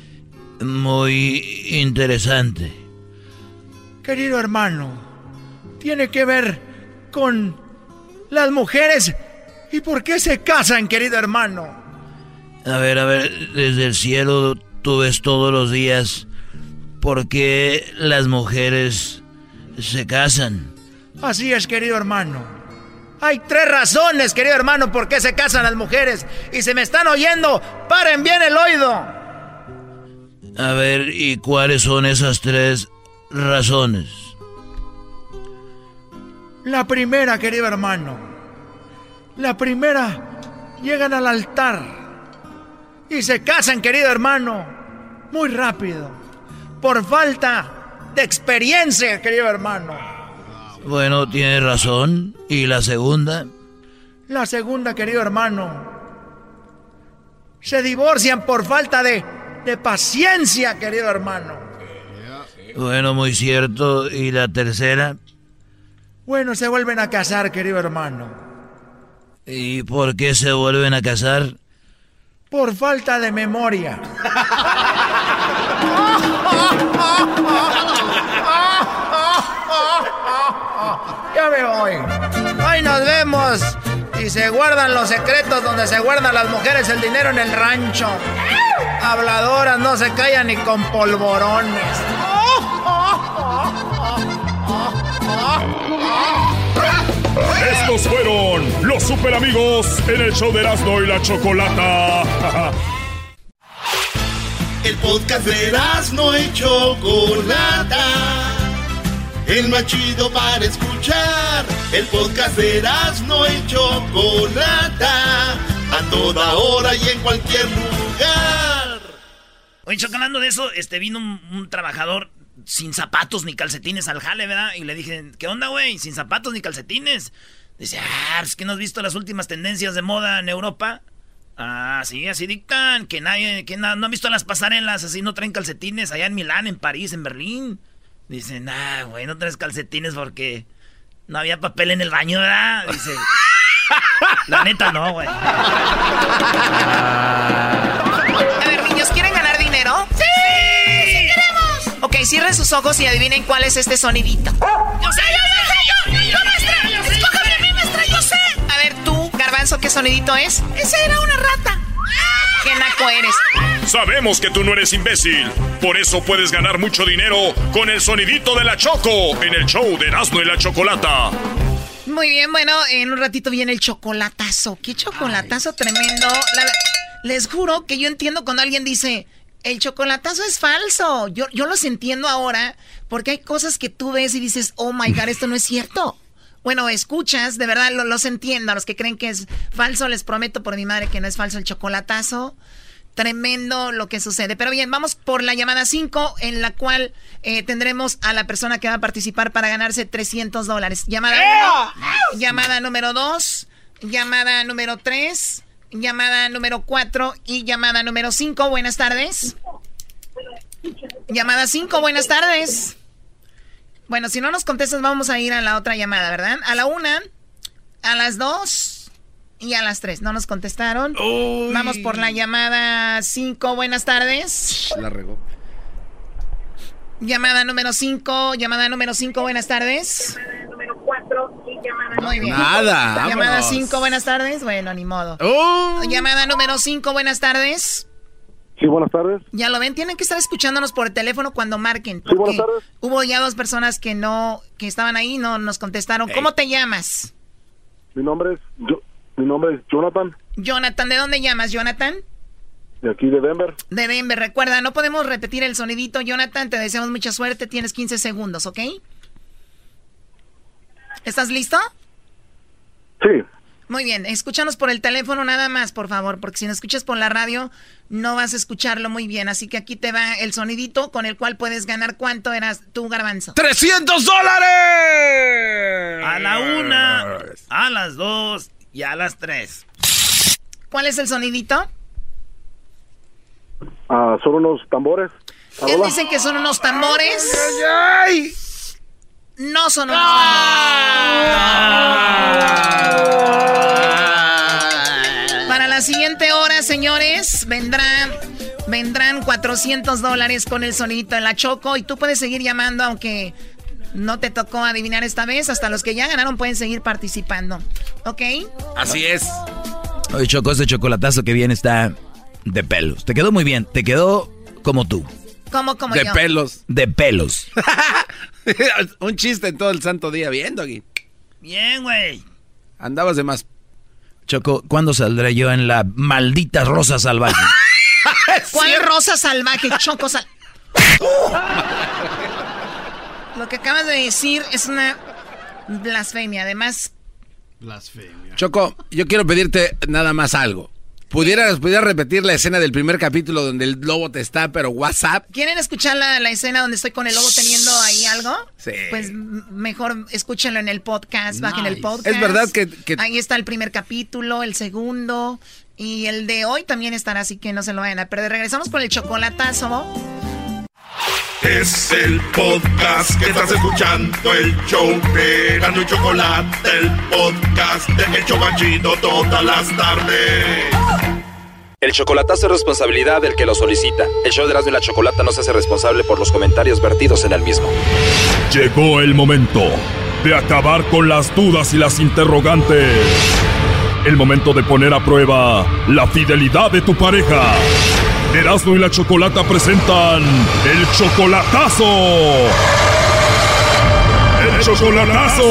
Muy interesante. Querido hermano, tiene que ver con las mujeres y por qué se casan, querido hermano. A ver, desde el cielo tú ves todos los días ¿por qué las mujeres se casan? Así es, querido hermano. Hay 3 razones, querido hermano, por qué se casan las mujeres. Y se me están oyendo, paren bien el oído. A ver, ¿y cuáles son esas 3 razones? La primera, querido hermano. La primera, llegan al altar y se casan, querido hermano, muy rápido. Por falta de experiencia, querido hermano. Bueno, tiene razón. ¿Y la segunda? La segunda, querido hermano. Se divorcian por falta de paciencia, querido hermano. Bueno, muy cierto. ¿Y la tercera? Bueno, se vuelven a casar, querido hermano. ¿Y por qué se vuelven a casar? Por falta de memoria. Ya me voy. Ahí nos vemos. Y se guardan los secretos donde se guardan las mujeres el dinero en el rancho. Habladoras no se callan ni con polvorones. Estos fueron los super amigos en el show de Erasmo y la Chocolata. El podcast de Erasmo y Chocolata, el más chido para escuchar. El podcast de Erasmo y Chocolata, a toda hora y en cualquier lugar. Oye, hablando de eso, vino un trabajador sin zapatos ni calcetines al jale, ¿verdad? Y le dije, ¿qué onda, güey? Sin zapatos ni calcetines. Dice, es que no has visto las últimas tendencias de moda en Europa. Sí, así dictan, que no han visto las pasarelas, así no traen calcetines allá en Milán, en París, en Berlín. Dicen, güey, no traes calcetines porque no había papel en el baño, ¿verdad? Dice, la neta no, güey. A ver, niños, ¿quieren ganar dinero? ¡Sí! ¡Sí queremos! Ok, cierren sus ojos y adivinen cuál es este sonidito. ¡Yo sé, maestra! ¡Escójame a mí, maestra, yo sé! A ver, tú, Garbanzo, ¿qué sonidito es? ¡Esa era una rata! ¡Qué naco eres! Sabemos que tú no eres imbécil. Por eso puedes ganar mucho dinero con el sonidito de la Choco en el show de Erasmo y la Chocolata. Muy bien, bueno, en un ratito viene el chocolatazo. ¡Qué chocolatazo tremendo! Les juro que yo entiendo cuando alguien dice, el chocolatazo es falso. Yo los entiendo ahora porque hay cosas que tú ves y dices, oh my God, esto no es cierto. Bueno, escuchas, de verdad los entiendo. A los que creen que es falso, les prometo por mi madre que no es falso el chocolatazo. Tremendo lo que sucede. Pero bien, vamos por la llamada 5, en la cual tendremos a la persona que va a participar para ganarse $300. Llamada número 2, llamada número 3, llamada número 4 y llamada número 5. Buenas tardes. Llamada 5, buenas tardes. Bueno, si no nos contestas, vamos a ir a la otra llamada, ¿verdad? A la 1, a las 2 y a las 3. No nos contestaron. Uy. Vamos por la llamada 5. Buenas tardes. La regó. Llamada número 5. Llamada número 5. Buenas tardes. Llamada número 4 y llamada Muy bien. Nada. Llamada 5. Buenas tardes. Bueno, ni modo. Llamada número 5. Buenas tardes. Sí, buenas tardes. Ya lo ven, tienen que estar escuchándonos por el teléfono cuando marquen. Sí, buenas tardes. Hubo ya 2 personas que estaban ahí, no nos contestaron. ¿Cómo te llamas? Mi nombre es Jonathan. Jonathan, ¿de dónde llamas, Jonathan? De aquí, de Denver. De Denver, recuerda, no podemos repetir el sonidito, Jonathan, te deseamos mucha suerte, tienes 15 segundos, ¿ok? ¿Estás listo? Sí. Muy bien, escúchanos por el teléfono nada más, por favor, porque si no escuchas por la radio, no vas a escucharlo muy bien. Así que aquí te va el sonidito con el cual puedes ganar. ¿Cuánto eras tú, Garbanzo? ¡$300! A la 1, a las 2 y a las 3. ¿Cuál es el sonidito? Son unos tambores. Él dice que son unos tambores. ¡Ay! No son unos Para la siguiente hora, señores, vendrán $400 con el sonidito de la Choco. Y tú puedes seguir llamando, aunque no te tocó adivinar esta vez. Hasta los que ya ganaron pueden seguir participando. ¿Ok? Así es. Oye, Choco, este chocolatazo que viene está de pelos. Te quedó muy bien. Te quedó como tú. ¿Cómo yo? De pelos. De pelos. Un chiste en todo el santo día, viendo aquí. Bien, güey. Andabas de más. Choco, ¿cuándo saldré yo en la maldita Rosa Salvaje? ¿Cuál Rosa Salvaje, Choco? Lo que acabas de decir es una blasfemia. Además... Blasfemia. Choco, yo quiero pedirte nada más algo. ¿Pudieras repetir la escena del primer capítulo donde el lobo te está, pero WhatsApp? ¿Quieren escuchar la escena donde estoy con el lobo teniendo ahí algo? Sí. Pues mejor escúchenlo en el podcast, bajen el podcast. Es verdad que... Ahí está el primer capítulo, el segundo, y el de hoy también estará, así que no se lo vayan a perder. Regresamos con el chocolatazo. Es el podcast que estás escuchando, el show de Erasmo y Chocolate, el podcast de El Chobachito todas las tardes. El chocolatazo es responsabilidad del que lo solicita. El show de Erasmo y la Chocolata no se hace responsable por los comentarios vertidos en el mismo. Llegó el momento de acabar con las dudas y las interrogantes. El momento de poner a prueba la fidelidad de tu pareja. Erasmo y la Chocolata presentan el chocolatazo. ¡El chocolatazo!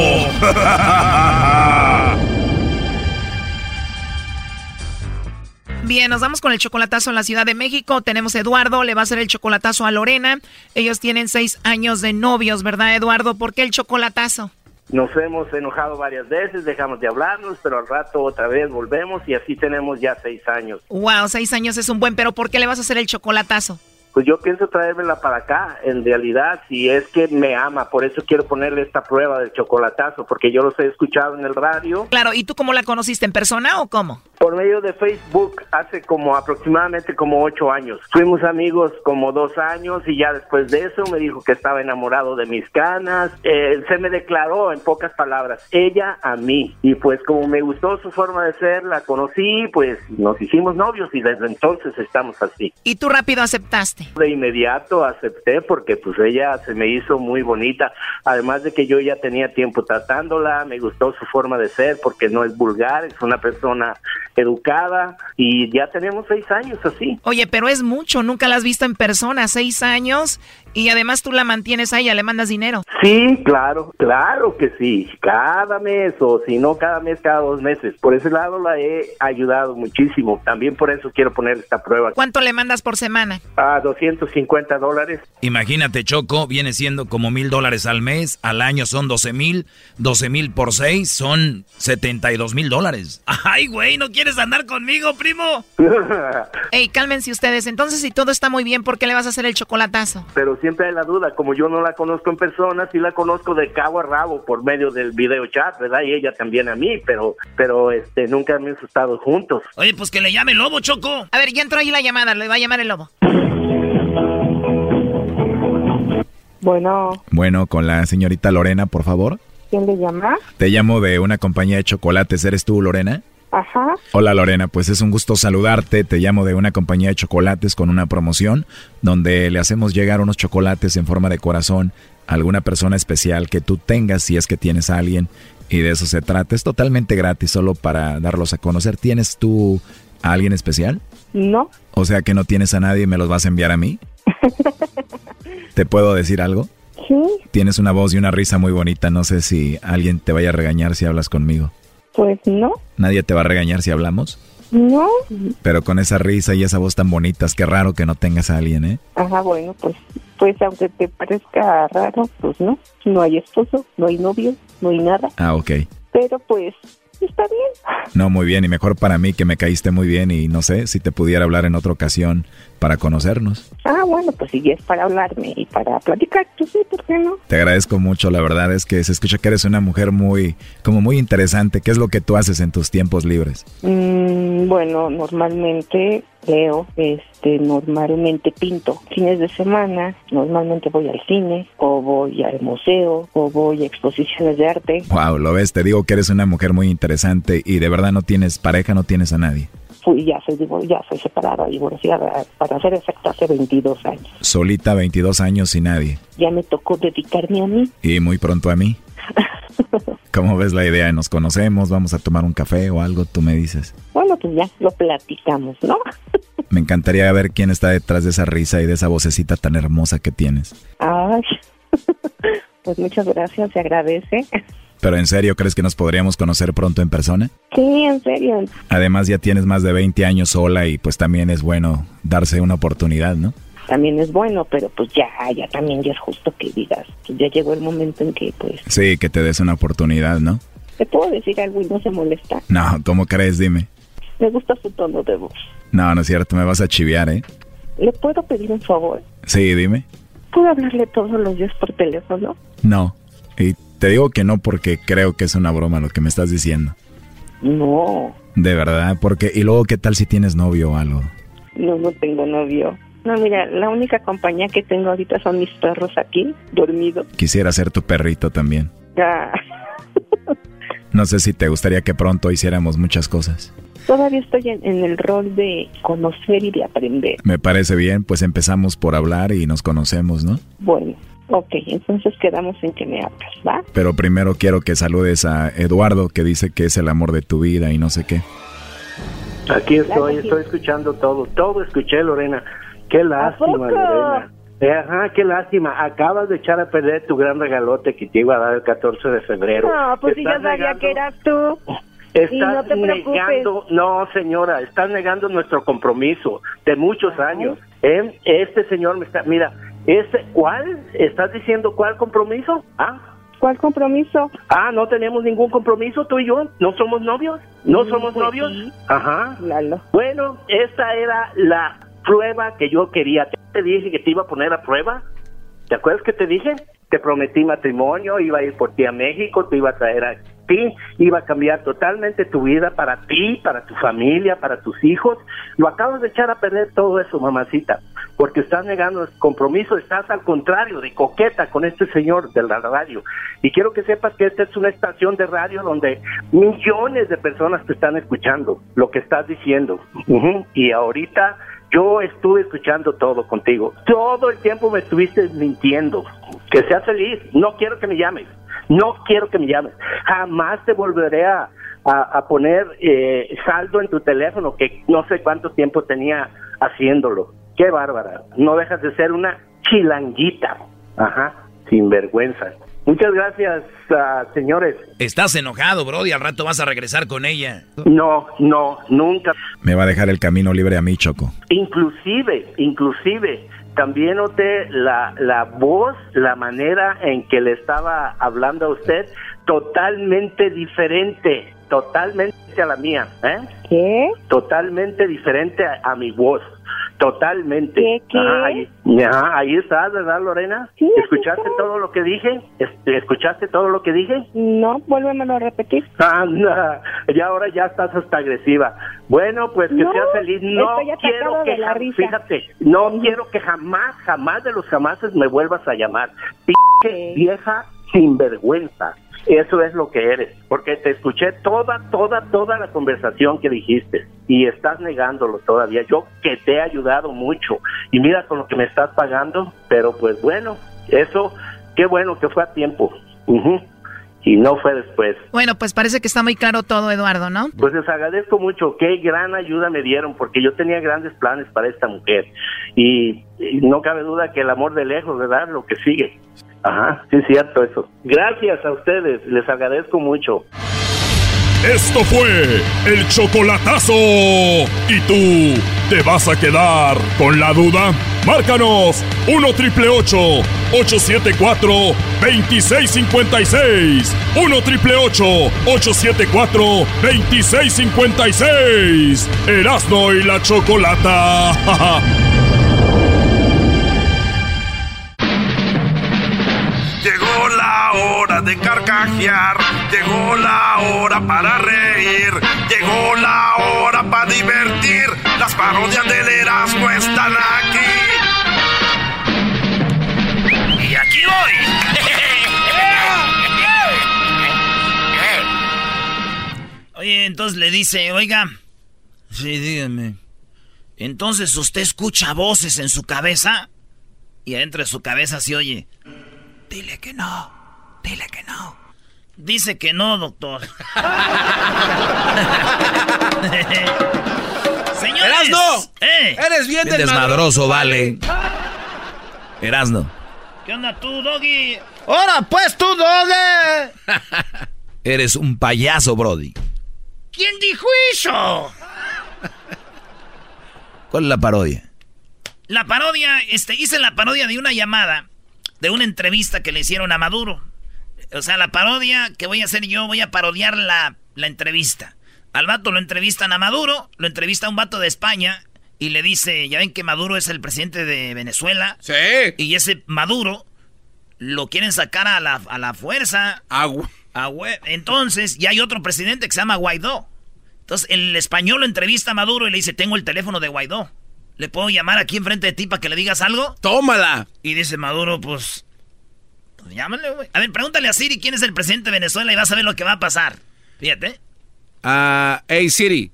Bien, nos vamos con el chocolatazo en la Ciudad de México. Tenemos a Eduardo, le va a hacer el chocolatazo a Lorena. Ellos tienen 6 años de novios, ¿verdad, Eduardo? ¿Por qué el chocolatazo? Nos hemos enojado varias veces, dejamos de hablarnos, pero al rato otra vez volvemos y así tenemos ya 6 años. Wow, 6 años es un buen, pero ¿por qué le vas a hacer el chocolatazo? Pues yo pienso traérmela para acá, en realidad, si es que me ama, por eso quiero ponerle esta prueba del chocolatazo, porque yo los he escuchado en el radio. Claro, ¿y tú cómo la conociste, en persona o cómo? Por medio de Facebook, hace aproximadamente 8 años. Fuimos amigos como 2 años y ya después de eso me dijo que estaba enamorado de mis canas. Se me declaró, en pocas palabras, ella a mí. Y pues como me gustó su forma de ser, la conocí, pues nos hicimos novios y desde entonces estamos así. ¿Y tú rápido aceptaste? De inmediato acepté porque pues ella se me hizo muy bonita. Además de que yo ya tenía tiempo tratándola, me gustó su forma de ser porque no es vulgar, es una persona educada y ya tenemos 6 años así. Oye, pero es mucho, nunca la has visto en persona, 6 años y además tú la mantienes a ella, le mandas dinero. Sí, claro que sí, cada mes o si no cada mes, cada 2 meses. Por ese lado la he ayudado muchísimo, también por eso quiero poner esta prueba. ¿Cuánto le mandas por semana? $250. Imagínate, Choco, viene siendo como $1,000 al mes, al año son 12,000, 12,000 por 6 son $72,000. Ay, güey, ¿no quieres andar conmigo, primo? Ey, cálmense ustedes, entonces si todo está muy bien, ¿por qué le vas a hacer el chocolatazo? Pero siempre hay la duda, como yo no la conozco en persona, sí la conozco de cabo a rabo por medio del video chat, ¿verdad? Y ella también a mí, pero nunca hemos estado juntos. Oye, pues que le llame el lobo, Choco. A ver, ya entró ahí la llamada, le va a llamar el lobo. Bueno, con la señorita Lorena, por favor. ¿Quién le llama? Te llamo de una compañía de chocolates. ¿Eres tú, Lorena? Ajá. Hola, Lorena. Pues es un gusto saludarte. Te llamo de una compañía de chocolates con una promoción donde le hacemos llegar unos chocolates en forma de corazón a alguna persona especial que tú tengas, si es que tienes a alguien. Y de eso se trata. Es totalmente gratis, solo para darlos a conocer. ¿Tienes tú a alguien especial? No. O sea que no tienes a nadie y me los vas a enviar a mí. ¿Te puedo decir algo? Sí. Tienes una voz y una risa muy bonita. No sé si alguien te vaya a regañar si hablas conmigo. Pues no. ¿Nadie te va a regañar si hablamos? No. Pero con esa risa y esa voz tan bonitas, qué raro que no tengas a alguien, ¿eh? Ajá, bueno, pues aunque te parezca raro, pues no. No hay esposo, no hay novio, no hay nada. Ah, ok. Pero pues está bien. No, muy bien, y mejor para mí que me caíste muy bien y no sé si te pudiera hablar en otra ocasión para conocernos. Ah, bueno, pues si es para hablarme y para platicar, pues sí, ¿por qué no? Te agradezco mucho, la verdad es que se escucha que eres una mujer muy interesante. ¿Qué es lo que tú haces en tus tiempos libres? Bueno, normalmente leo, normalmente pinto. Fines de semana, normalmente voy al cine, o voy al museo, o voy a exposiciones de arte. Wow, lo ves, te digo que eres una mujer muy interesante y de verdad no tienes pareja, no tienes a nadie. Ya soy separada, divorciada, para ser exacta, hace 22 años. Solita, 22 años sin nadie. Ya me tocó dedicarme a mí. Y muy pronto a mí. ¿Cómo ves la idea? ¿Nos conocemos? ¿Vamos a tomar un café o algo? Tú me dices. Bueno, pues ya lo platicamos, ¿no? Me encantaría ver quién está detrás de esa risa y de esa vocecita tan hermosa que tienes. Ay, pues muchas gracias, se agradece. ¿Pero en serio crees que nos podríamos conocer pronto en persona? Sí, en serio. Además ya tienes más de 20 años sola y pues también es bueno darse una oportunidad, ¿no? También es bueno, pero pues ya también ya es justo que digas. Pues ya llegó el momento en que pues... Sí, que te des una oportunidad, ¿no? ¿Te puedo decir algo y no se molesta? No, ¿cómo crees? Dime. Me gusta su tono de voz. No, no es cierto, me vas a chiviar, ¿eh? ¿Le puedo pedir un favor? Sí, dime. ¿Puedo hablarle todos los días por teléfono? No, y te digo que no porque creo que es una broma lo que me estás diciendo. No. De verdad, porque... Y luego, ¿qué tal si tienes novio o algo? No tengo novio. No, mira, la única compañía que tengo ahorita son mis perros aquí, dormidos. Quisiera ser tu perrito también. Ya. No sé si te gustaría que pronto hiciéramos muchas cosas. Todavía estoy en el rol de conocer y de aprender. Me parece bien, pues empezamos por hablar y nos conocemos, ¿no? Bueno, ok, entonces quedamos en que me hablas, ¿va? Pero primero quiero que saludes a Eduardo, que dice que es el amor de tu vida y no sé qué. Aquí estoy escuchando todo escuché, Lorena. Qué lástima, Lorena. Ajá, qué lástima. Acabas de echar a perder tu gran regalote que te iba a dar el 14 de febrero. No, pues si yo sabía que eras tú. Estás negando, no señora, estás negando nuestro compromiso de muchos años. Este señor me está, mira, ¿cuál? ¿Estás diciendo cuál compromiso? ¿Ah? ¿Cuál compromiso? Ah, no tenemos ningún compromiso, tú y yo, no somos novios, no somos pues novios. Sí. Ajá. Lalo. Bueno, esta era la prueba que yo quería. Te dije que te iba a poner a prueba. ¿Te acuerdas que te dije? Te prometí matrimonio, iba a ir por ti a México, te iba a traer a ti, iba a cambiar totalmente tu vida para ti, para tu familia, para tus hijos. Lo acabas de echar a perder todo eso, mamacita, porque estás negando el compromiso, estás al contrario, de coqueta con este señor de la radio. Y quiero que sepas que esta es una estación de radio donde millones de personas te están escuchando lo que estás diciendo. Y ahorita yo estuve escuchando todo contigo. Todo el tiempo me estuviste mintiendo. Que seas feliz. No quiero que me llames. No quiero que me llames. Jamás te volveré a poner saldo en tu teléfono, que no sé cuánto tiempo tenía haciéndolo. Qué bárbara. No dejas de ser una chilanguita. Ajá. Sin vergüenza. Muchas gracias, señores. Estás enojado, bro, y al rato vas a regresar con ella. No, nunca. Me va a dejar el camino libre a mí, Choco. Inclusive, también noté la voz, la manera en que le estaba hablando a usted, totalmente diferente a la mía, ¿eh? ¿Qué? Totalmente diferente a mi voz. Totalmente. ¿Qué? Ahí estás, ¿verdad, Lorena? Sí, ¿Escuchaste todo lo que dije? ¿Escuchaste todo lo que dije? No, vuélvemelo a repetir. No, ya ahora ya estás hasta agresiva. Bueno, pues que seas feliz. No quiero que fíjate, no quiero que jamás de los jamases me vuelvas a llamar. Vieja sinvergüenza. Eso es lo que eres, porque te escuché toda la conversación que dijiste y estás negándolo todavía. Yo que te he ayudado mucho y mira con lo que me estás pagando, pero pues bueno, eso, qué bueno que fue a tiempo. Y no fue después. Bueno, pues parece que está muy claro todo, Eduardo, ¿no? Pues les agradezco mucho, qué gran ayuda me dieron, porque yo tenía grandes planes para esta mujer y no cabe duda que el amor de lejos, ¿verdad? Lo que sigue. Ajá, sí es cierto eso. Gracias a ustedes, les agradezco mucho. Esto fue el chocolatazo. ¿Y tú te vas a quedar con la duda? Márcanos 1-888-874-2656. 1-888-874-2656. Erasmo y la Chocolata. Llegó la hora de carcajear, llegó la hora para reír, llegó la hora para divertir. Las parodias del Erasmo están aquí. Y aquí voy. Oye, entonces le dice, oiga, sí, dígame, entonces usted escucha voces en su cabeza y adentro de su cabeza se oye, dile que no. Dice que no, doctor. Señores, ¡Erasno! ¡Eres bien desmadroso, vale! Erasno. ¿Qué onda tú, Doggy? ¡Ahora pues tú, Doggy! Eres un payaso, Brody. ¿Quién dijo eso? ¿Cuál es la parodia? La parodia, hice la parodia de una llamada, de una entrevista que le hicieron a Maduro. O sea, la parodia que voy a hacer yo, voy a parodiar la entrevista. Al vato lo entrevistan a Maduro, lo entrevista un vato de España y le dice, ya ven que Maduro es el presidente de Venezuela. Sí. Y ese Maduro lo quieren sacar a la fuerza. Entonces, ya hay otro presidente que se llama Guaidó. Entonces, el español lo entrevista a Maduro y le dice, tengo el teléfono de Guaidó. ¿Le puedo llamar aquí enfrente de ti para que le digas algo? ¡Tómala! Y dice Maduro, pues llámale, güey. A ver, pregúntale a Siri quién es el presidente de Venezuela y vas a ver lo que va a pasar. Fíjate. Hey, Siri.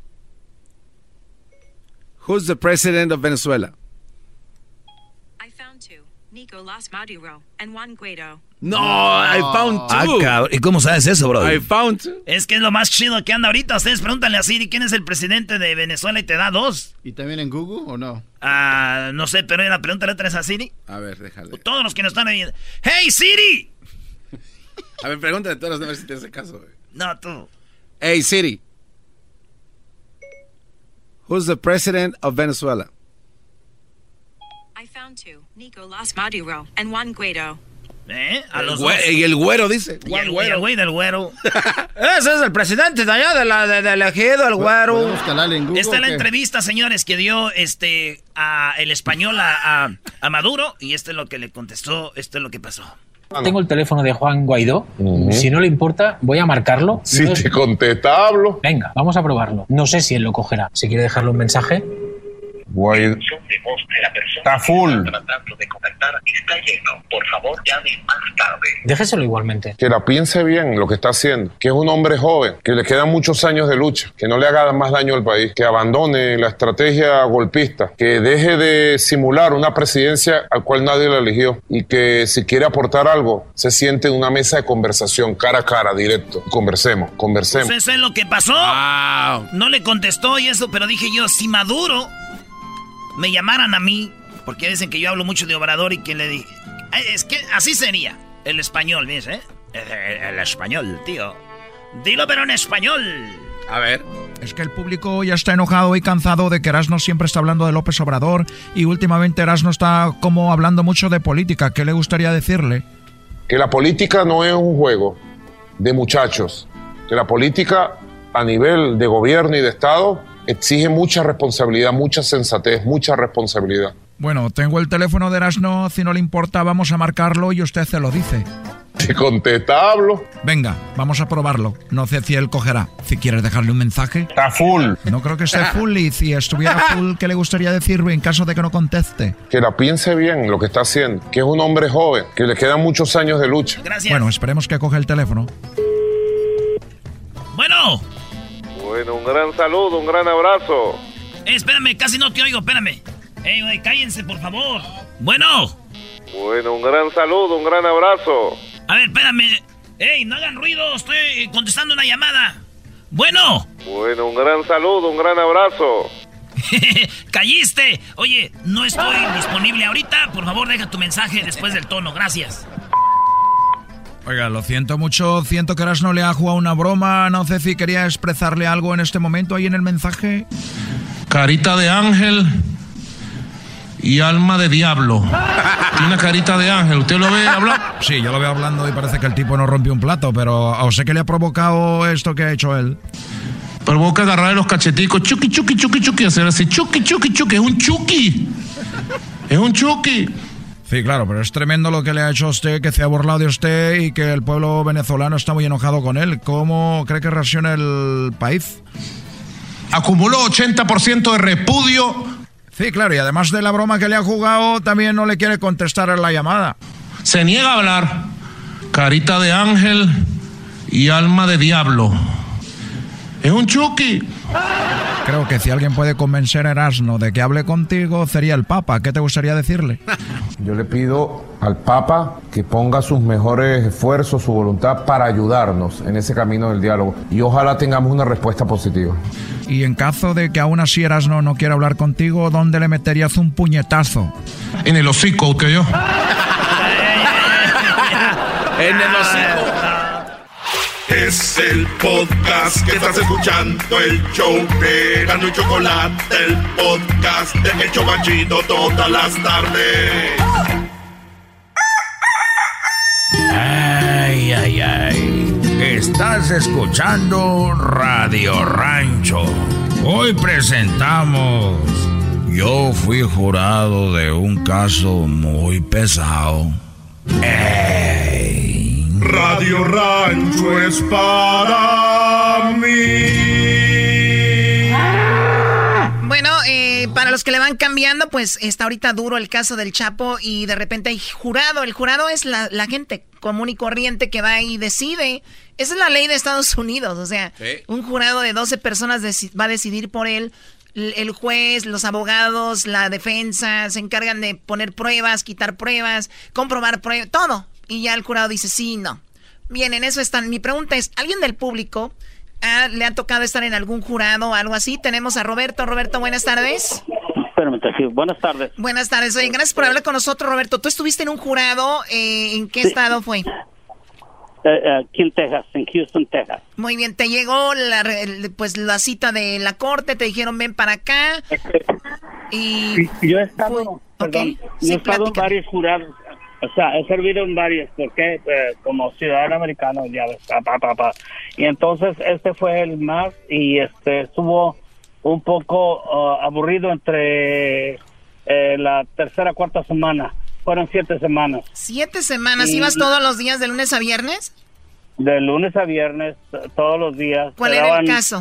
Who's the president of Venezuela? I found two. Nicolás Maduro and Juan Guaidó. No, I found two. Cabrón. ¿Y cómo sabes eso, bro? I found two. Es que es lo más chido que anda ahorita. Ustedes pregúntanle a Siri quién es el presidente de Venezuela y te da dos. ¿Y también en Google o no? No sé, pero la pregunta le traes a Siri. A ver, déjale. Todos los que nos están oyendo. ¡Hey, Siri! A ver, pregúntale a todos a ver si te hace caso, güey. No, tú. Hey, Siri. Who's the president of Venezuela? I found two. Nicolás Maduro and Juan Guaidó. A los dos. Y el güero dice. Y el güey del güero. Ese es el presidente de allá del ejido, el güero. Esta es la entrevista, señores, que dio el español a Maduro. Y esto es lo que le contestó, esto es lo que pasó. Tengo el teléfono de Juan Guaidó. Si no le importa, voy a marcarlo. Si te contesta, hablo. Venga, vamos a probarlo. No sé si él lo cogerá. Si quiere dejarle un mensaje. Guaidó. Está full. Está lleno. Por favor, llame más tarde. Déjeselo igualmente. Que la piense bien lo que está haciendo. Que es un hombre joven. Que le quedan muchos años de lucha. Que no le haga más daño al país. Que abandone la estrategia golpista. Que deje de simular una presidencia al cual nadie la eligió. Y que si quiere aportar algo, se siente en una mesa de conversación, cara a cara, directo. Conversemos. Pues eso es lo que pasó. Wow. No le contestó y eso, pero dije yo, si Maduro me llamaran a mí, porque dicen que yo hablo mucho de Obrador y que le dije, es que así sería el español, ¿ves? El español, tío. Dilo pero en español. A ver. Es que el público ya está enojado y cansado de que Erasno siempre está hablando de López Obrador y últimamente Erasno está como hablando mucho de política. ¿Qué le gustaría decirle? Que la política no es un juego de muchachos. Que la política a nivel de gobierno y de Estado exige mucha responsabilidad, mucha sensatez, mucha responsabilidad. Bueno, tengo el teléfono de Erasno, si no le importa vamos a marcarlo y usted se lo dice. Si contesta, hablo. Venga, vamos a probarlo. No sé si él cogerá. Si quieres dejarle un mensaje. Está full. No creo que esté full y si estuviera full, ¿qué le gustaría decirle en caso de que no conteste? Que la piense bien lo que está haciendo. Que es un hombre joven, que le quedan muchos años de lucha. Gracias. Bueno, esperemos que coja el teléfono. Bueno, un gran saludo, un gran abrazo. Espérame, casi no te oigo, espérame. Güey, cállense, por favor. Bueno, un gran saludo, un gran abrazo. A ver, espérame. No hagan ruido, estoy contestando una llamada. Bueno, un gran saludo, un gran abrazo. ¡Calliste! Oye, no estoy disponible ahorita. Por favor, deja tu mensaje después del tono. Gracias. Oiga, lo siento mucho. Siento que Erasno le ha jugado una broma. No sé si quería expresarle algo en este momento ahí en el mensaje. Carita de ángel y alma de diablo. Una carita de ángel. ¿Usted lo ve hablar? Sí, yo lo veo hablando y parece que el tipo no rompió un plato, pero ¿a usted qué le ha provocado esto que ha hecho él? Provoca agarrarle los cacheticos, chuki, chuki, chuki, chuki, hacer así, chuki, chuki, chuki. Es un chuki. Es un chuki. Sí, claro, pero es tremendo lo que le ha hecho a usted, que se ha burlado de usted y que el pueblo venezolano está muy enojado con él. ¿Cómo cree que reacciona el país? Acumuló 80% de repudio. Sí, claro, y además de la broma que le ha jugado, también no le quiere contestar a la llamada. Se niega a hablar. Carita de ángel y alma de diablo. Es un chuki. Creo que si alguien puede convencer a Erasno de que hable contigo, sería el Papa. ¿Qué te gustaría decirle? Yo le pido al Papa que ponga sus mejores esfuerzos, su voluntad para ayudarnos en ese camino del diálogo. Y ojalá tengamos una respuesta positiva. Y en caso de que aún así Erasmo no quiera hablar contigo, ¿dónde le meterías un puñetazo? En el hocico, ¿ok yo? En el hocico. Es el podcast que estás escuchando, el show de Erasmo y Chocolate, el podcast de El Chobachito todas las tardes. Ay, ay, ay. Estás escuchando Radio Rancho. Hoy presentamos Yo fui jurado de un caso muy pesado. ¡Ey! Radio Rancho es para mí. Bueno, para los que le van cambiando, pues está ahorita duro el caso del Chapo y de repente hay jurado. El jurado es la gente común y corriente que va y decide. Esa es la ley de Estados Unidos, o sea, sí. Un jurado de 12 personas va a decidir por él. El juez, los abogados, la defensa se encargan de poner pruebas, quitar pruebas, comprobar pruebas, todo. Y ya el jurado dice sí, no. Bien, en eso están. Mi pregunta es, ¿alguien del público le ha tocado estar en algún jurado o algo así? Tenemos a Roberto. Roberto, buenas tardes. Espérame, sí, buenas tardes. Buenas tardes. Oye, gracias por hablar con nosotros, Roberto. ¿Tú estuviste en un jurado? ¿En qué estado fue? Aquí en Texas, en Houston, Texas. Muy bien, te llegó la cita de la corte, te dijeron ven para acá. Y yo he estado, yo he estado en varios jurados, o sea, he servido en varios, porque como ciudadano americano, ya ves, y entonces este fue el más, y estuvo un poco aburrido entre la tercera, cuarta semana. Fueron 7 semanas. 7 semanas. ¿Ibas todos los días de lunes a viernes? De lunes a viernes, todos los días. ¿Cuál era el caso?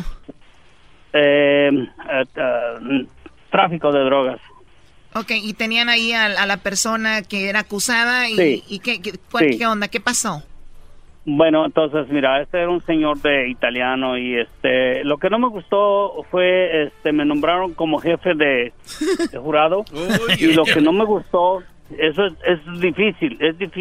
Tráfico de drogas. Ok, y tenían ahí a la persona que era acusada. Sí. ¿Y qué onda? ¿Qué pasó? Bueno, entonces, mira, era un señor de italiano y lo que no me gustó fue, me nombraron como jefe de jurado. Y lo que no me gustó, eso es difícil,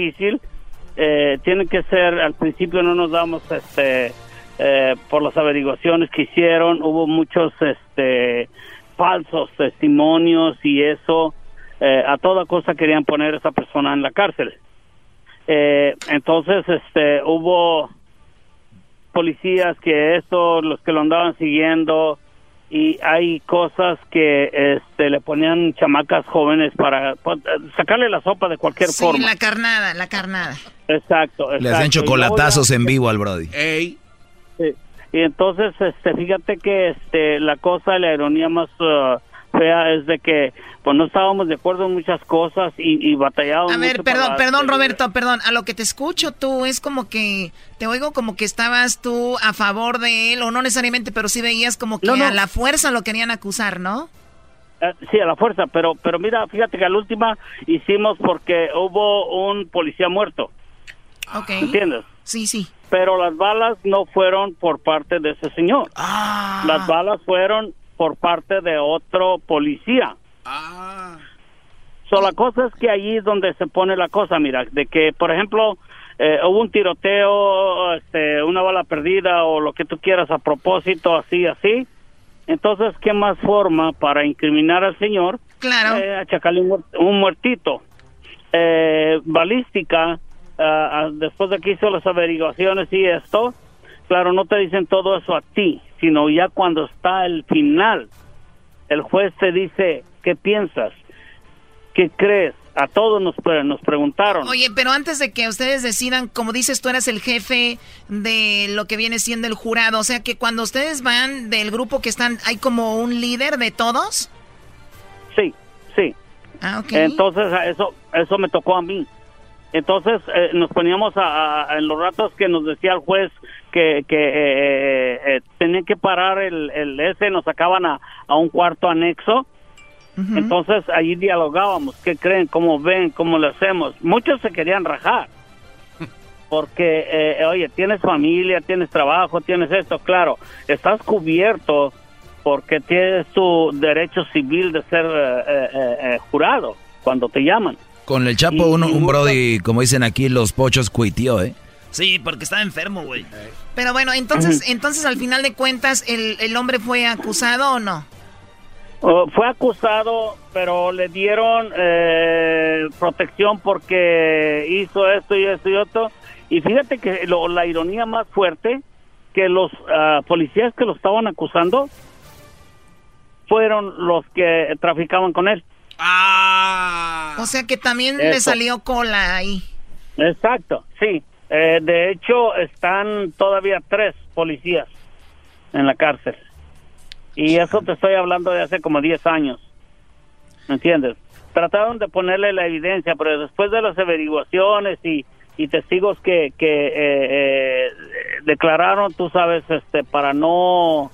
tiene que ser, al principio no nos damos, por las averiguaciones que hicieron, hubo muchos, falsos testimonios y eso, a toda cosa querían poner a esa persona en la cárcel. Entonces, hubo policías los que lo andaban siguiendo, y hay cosas que le ponían chamacas jóvenes para sacarle la sopa de cualquier forma. Sí, la carnada. Exacto. Le hacen chocolatazos en vivo al Brody. Ey. Sí. Y entonces, fíjate que la cosa, la ironía más fea es de que pues no estábamos de acuerdo en muchas cosas y batallábamos. A ver, perdón, Roberto, a lo que te escucho tú es como que te oigo como que estabas tú a favor de él, o no necesariamente, pero sí veías como que a la fuerza lo querían acusar, ¿no? Sí, a la fuerza, pero mira, fíjate que a la última hicimos porque hubo un policía muerto. Okay. ¿Entiendes? Sí. Pero las balas no fueron por parte de ese señor. Las balas fueron por parte de otro policía. La cosa es que allí es donde se pone la cosa, mira, de que, por ejemplo, hubo un tiroteo, una bala perdida o lo que tú quieras a propósito, así. Entonces, ¿qué más forma para incriminar al señor? Claro. Achacarle un muertito. Balística, después de que hizo las averiguaciones y esto, claro, no te dicen todo eso a ti, sino ya cuando está el final, el juez te dice, ¿qué piensas? ¿Qué crees? A todos nos preguntaron. Oye, pero antes de que ustedes decidan, como dices, tú eras el jefe de lo que viene siendo el jurado, o sea que cuando ustedes van del grupo que están, ¿hay como un líder de todos? Sí. Ah, ok. Entonces, eso me tocó a mí. Entonces, nos poníamos en los ratos que nos decía el juez que tenían que parar nos sacaban a un cuarto anexo. Uh-huh. Entonces, allí dialogábamos. ¿Qué creen? ¿Cómo ven? ¿Cómo lo hacemos? Muchos se querían rajar. Porque, oye, tienes familia, tienes trabajo, tienes esto. Claro, estás cubierto porque tienes tu derecho civil de ser jurado cuando te llaman. Con el Chapo, un brody, como dicen aquí, los pochos cuitió, ¿eh? Sí, porque estaba enfermo, güey. Pero bueno, entonces al final de cuentas, ¿el hombre fue acusado o no? Fue acusado, pero le dieron protección porque hizo esto y esto y otro. Y fíjate que la ironía más fuerte, que los policías que lo estaban acusando fueron los que traficaban con él. O sea que también le salió cola ahí. Exacto, sí. De hecho, están todavía 3 policías en la cárcel. Y eso te estoy hablando de hace como 10 años. ¿Me entiendes? Trataron de ponerle la evidencia, pero después de las averiguaciones y testigos que declararon, tú sabes, para no...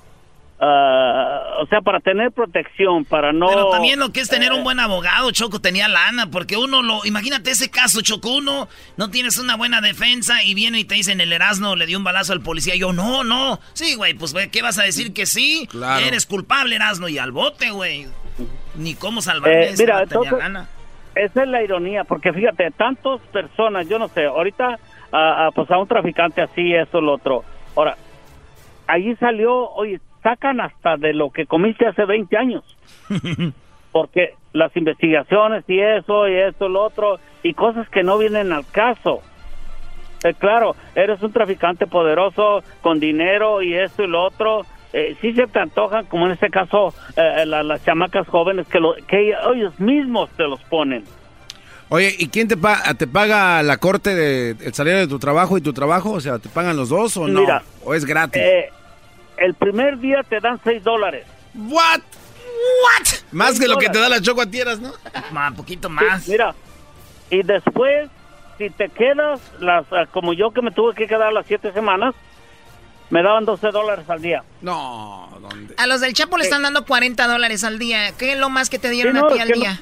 o sea, para tener protección, para no... Pero también lo que es tener un buen abogado, Choco, tenía lana, porque imagínate ese caso, Choco, no tienes una buena defensa y viene y te dicen, el Erasmo le dio un balazo al policía. Y yo, no. Sí, güey, pues, ¿qué vas a decir? Que sí, claro. Eres culpable, Erasmo, y al bote, güey. Ni cómo salvarme, mira, entonces, tenía lana. Esa es la ironía, porque fíjate, tantas personas, yo no sé, ahorita, pues a un traficante así, eso, lo otro. Ahora, ahí salió, oye, sacan hasta de lo que comiste hace 20 años. Porque las investigaciones y eso, lo otro, y cosas que no vienen al caso. Claro, eres un traficante poderoso, con dinero y esto y lo otro. Sí se te antojan, como en este caso, las chamacas jóvenes que ellos mismos te los ponen. Oye, ¿y quién te paga la corte el salario de tu trabajo y tu trabajo? O sea, ¿te pagan los dos o no? Mira, ¿o es gratis? El primer día te dan $6. ¿What? Más que lo que te da la Choco a tierras, ¿no? Un poquito más. Sí, mira, y después, si te quedas, como yo que me tuve que quedar las 7 semanas, me daban $12 al día. No, ¿dónde? A los del Chapo le están dando $40 al día. ¿Qué es lo más que te dieron a ti al día?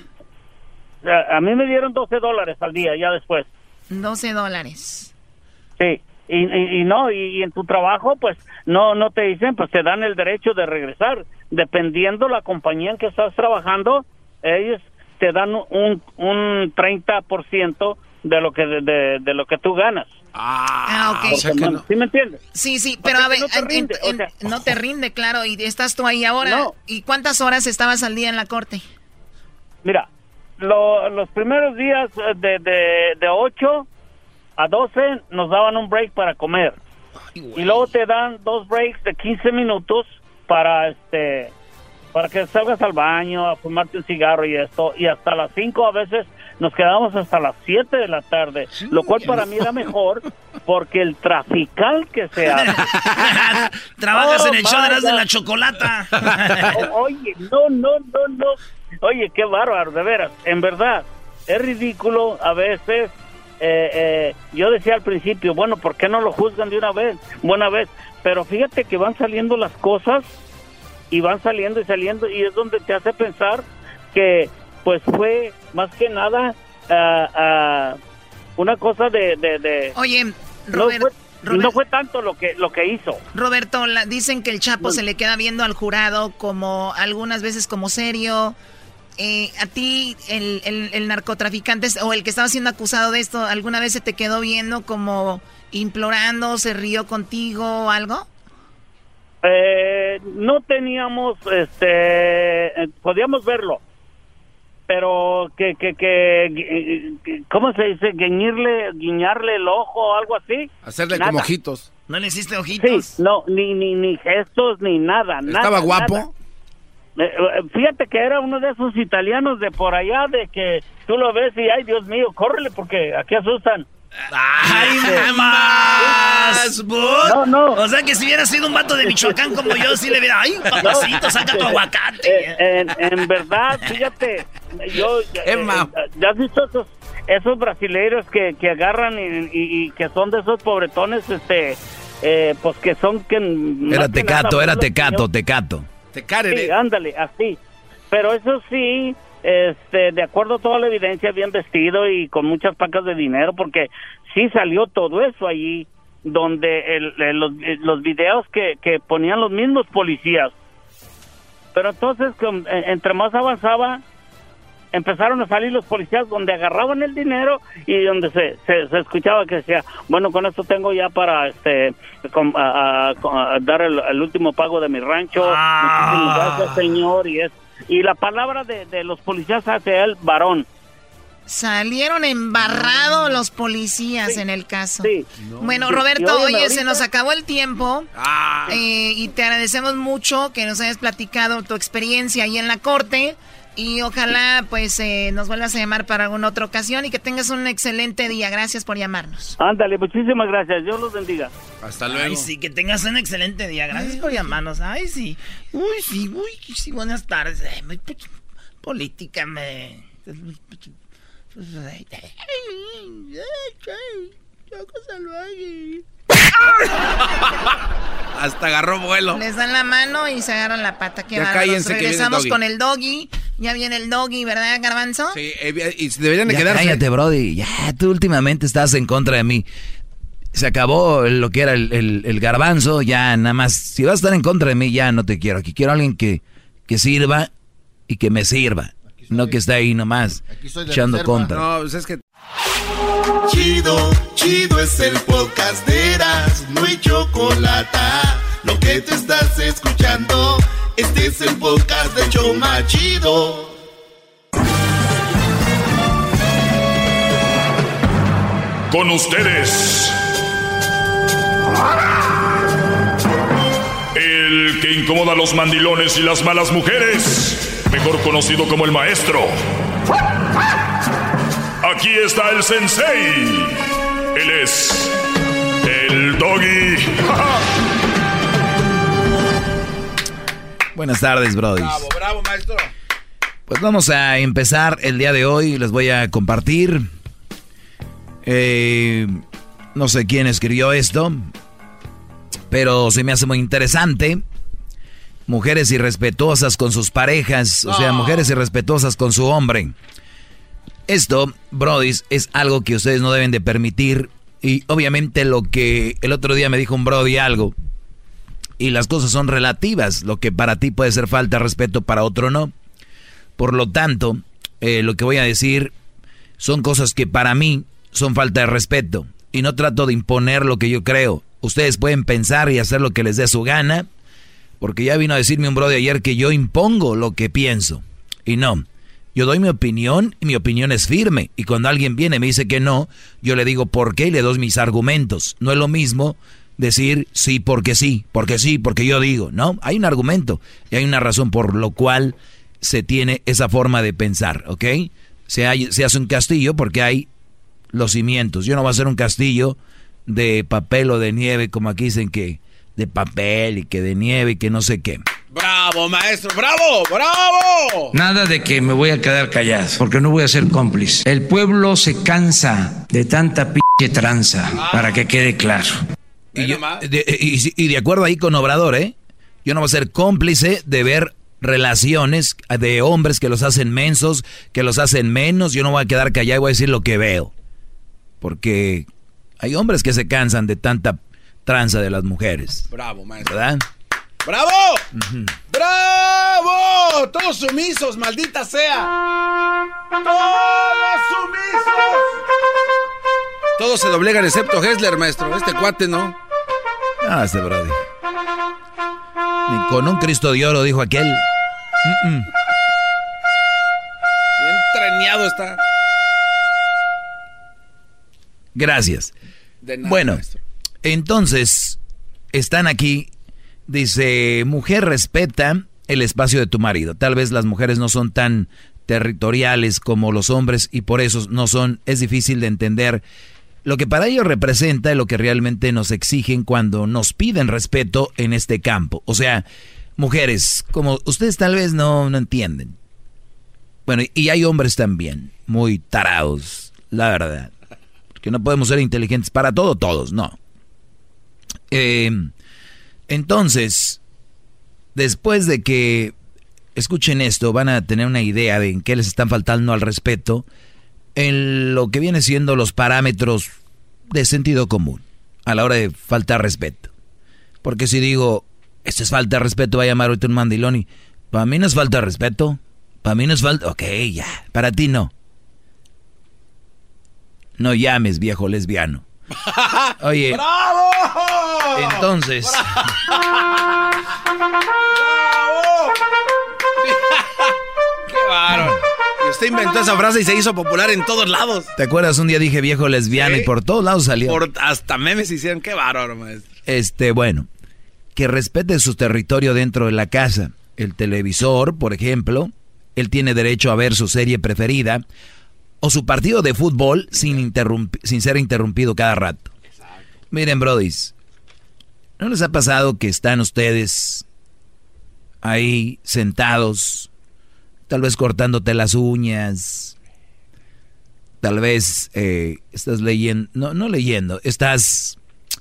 A mí me dieron $12 al día, ya después. $12. Sí. Y en tu trabajo pues no te dicen, pues te dan el derecho de regresar, dependiendo la compañía en que estás trabajando, ellos te dan un 30% de lo que tú ganas. Ok. O sea que no. ¿Sí me entiendes? Sí, pero a ver, no te rinde, claro, y estás tú ahí ahora. No. ¿Y cuántas horas estabas al día en la corte? Mira, los primeros días de 8 a 12 nos daban un break para comer. Y luego te dan 2 breaks de 15 minutos para que salgas al baño, a fumarte un cigarro y esto. Y hasta las 5 a veces nos quedamos hasta las 7 de la tarde. Lo cual para mí era mejor porque el trafical que se hace. Trabajas en el show de la chocolata. Oye, no. Oye, qué bárbaro, de veras. En verdad, es ridículo a veces. Yo decía al principio, bueno, ¿por qué no lo juzgan de buena vez? Pero fíjate que van saliendo las cosas y van saliendo y es donde te hace pensar que pues fue más que nada una cosa de Oye, Robert, no fue tanto lo que hizo. Roberto, dicen que el Chapo se le queda viendo al jurado como algunas veces como serio. ¿A ti el narcotraficante o el que estaba siendo acusado de esto alguna vez se te quedó viendo como implorando, se rió contigo o algo? No teníamos, podíamos verlo, pero que ¿cómo se dice? Guiñarle el ojo o algo así. Hacerle como ojitos. ¿No le hiciste ojitos? Sí, no, ni gestos, ni nada. ¿Estaba guapo? Nada. Fíjate que era uno de esos italianos de por allá, de que tú lo ves y, ay, Dios mío, córrele porque aquí asustan. ¡Ay, más! No. O sea que si hubiera sido un vato de Michoacán como yo, sí le hubiera... ¡Ay, papacito, saca tu aguacate! En verdad, fíjate, ¿ya has visto esos brasileiros que agarran y que son de esos pobretones, pues que son... Era tecato. Sí, ándale, así. Pero eso sí, de acuerdo a toda la evidencia, bien vestido y con muchas pacas de dinero, porque sí salió todo eso allí, donde los videos que ponían los mismos policías. Pero entonces, entre más avanzaba, empezaron a salir los policías donde agarraban el dinero y donde se escuchaba que decía, bueno, con esto tengo ya para dar el último pago de mi rancho. Muchísimas gracias, señor. Y la palabra de los policías hacia él, varón. Salieron embarrados los policías en el caso. Sí. Bueno, Roberto, oye, se nos acabó el tiempo y te agradecemos mucho que nos hayas platicado tu experiencia ahí en la corte y ojalá pues nos vuelvas a llamar para alguna otra ocasión y que tengas un excelente día. Gracias por llamarnos. Ándale, muchísimas gracias. Dios los bendiga. Hasta luego. Ay, sí, que tengas un excelente día. Gracias por llamarnos. Ay, sí. Uy, sí, buenas tardes. Ay, política, Hasta agarró vuelo. Les dan la mano y se agarran la pata. Qué ya cállense. Regresamos con el doggy. Ya viene el doggy, ¿verdad, Garbanzo? Sí, y deberían de ya quedarse. Cállate, brody. Ya, tú últimamente estás en contra de mí. Se acabó lo que era el garbanzo. Ya nada más. Si vas a estar en contra de mí, ya no te quiero. Aquí quiero a alguien que sirva y que me sirva. No que esté ahí nomás echando contra. No, pues es que... Chido es el podcast de Erazno y Chocolata. Lo que te estás escuchando, este es el podcast de Choma Chido. Con ustedes, el que incomoda a los mandilones y las malas mujeres, mejor conocido como el maestro. Aquí está el sensei. Él es el Doggy. Buenas tardes, brody. Bravo, maestro. Pues vamos a empezar el día de hoy. Les voy a compartir. No sé quién escribió esto, pero se me hace muy interesante. Mujeres irrespetuosas con sus parejas, o sea, mujeres irrespetuosas con su hombre. Esto, brodis, es algo que ustedes no deben de permitir. Y obviamente lo que el otro día me dijo un brody algo. Y las cosas son relativas. Lo que para ti puede ser falta de respeto, para otro no. Por lo tanto, lo que voy a decir son cosas que para mí son falta de respeto. Y no trato de imponer lo que yo creo. Ustedes pueden pensar y hacer lo que les dé su gana. Porque ya vino a decirme un brody ayer que yo impongo lo que pienso. Y no. Yo doy mi opinión y mi opinión es firme. Y cuando alguien viene y me dice que no, yo le digo por qué y le doy mis argumentos. No es lo mismo decir sí, porque yo digo. No, hay un argumento y hay una razón por lo cual se tiene esa forma de pensar, ¿ok? Se hace un castillo porque hay los cimientos. Yo no voy a hacer un castillo de papel o de nieve, como aquí dicen que de papel y que de nieve y que no sé qué. ¡Bravo, maestro! ¡Bravo! ¡Bravo! Nada de que me voy a quedar callado, porque no voy a ser cómplice. El pueblo se cansa de tanta pinche tranza, para que quede claro. Y de acuerdo ahí con Obrador, yo no voy a ser cómplice de ver relaciones de hombres que los hacen mensos, que los hacen menos. Yo no voy a quedar callado y voy a decir lo que veo. Porque hay hombres que se cansan de tanta tranza de las mujeres. Bravo, maestro. ¿Verdad? ¡Bravo! Uh-huh. ¡Bravo! Todos sumisos, maldita sea. ¡Todos sumisos! Todos se doblegan excepto Hessler, maestro. Este cuate, ¿no? Ah, este brody. Ni con un Cristo de oro, dijo aquel. Bien treñado está. Gracias. De nada, bueno, maestro. Entonces, están aquí. Dice, mujer, respeta el espacio de tu marido. Tal vez las mujeres no son tan territoriales como los hombres y por eso es difícil de entender lo que para ellos representa y lo que realmente nos exigen cuando nos piden respeto en este campo. O sea, mujeres, como ustedes tal vez no entienden. Bueno, y hay hombres también, muy tarados, la verdad. Porque no podemos ser inteligentes para todo, todos, no. Entonces, después de que escuchen esto, van a tener una idea de en qué les están faltando al respeto en lo que viene siendo los parámetros de sentido común a la hora de faltar respeto. Porque si digo, esto es falta de respeto, va a llamar ahorita un mandilón y para mí no es falta de respeto. Para mí no es falta. Ok, ya. Para ti no. No llames, viejo lesbiano. Oye. ¡Bravo! Entonces. ¡Bravo! ¡Qué bárbaro! Y usted inventó esa frase y se hizo popular en todos lados. ¿Te acuerdas? Un día dije viejo lesbiano, ¿sí? Y por todos lados salió. Hasta memes hicieron. ¡Qué bárbaro, maestro! Bueno. Que respete su territorio dentro de la casa. El televisor, por ejemplo, él tiene derecho a ver su serie preferida o su partido de fútbol sin ser interrumpido cada rato. Exacto. Miren, brodis, ¿no les ha pasado que están ustedes ahí sentados, tal vez cortándote las uñas, tal vez estás leyendo, no leyendo, estás,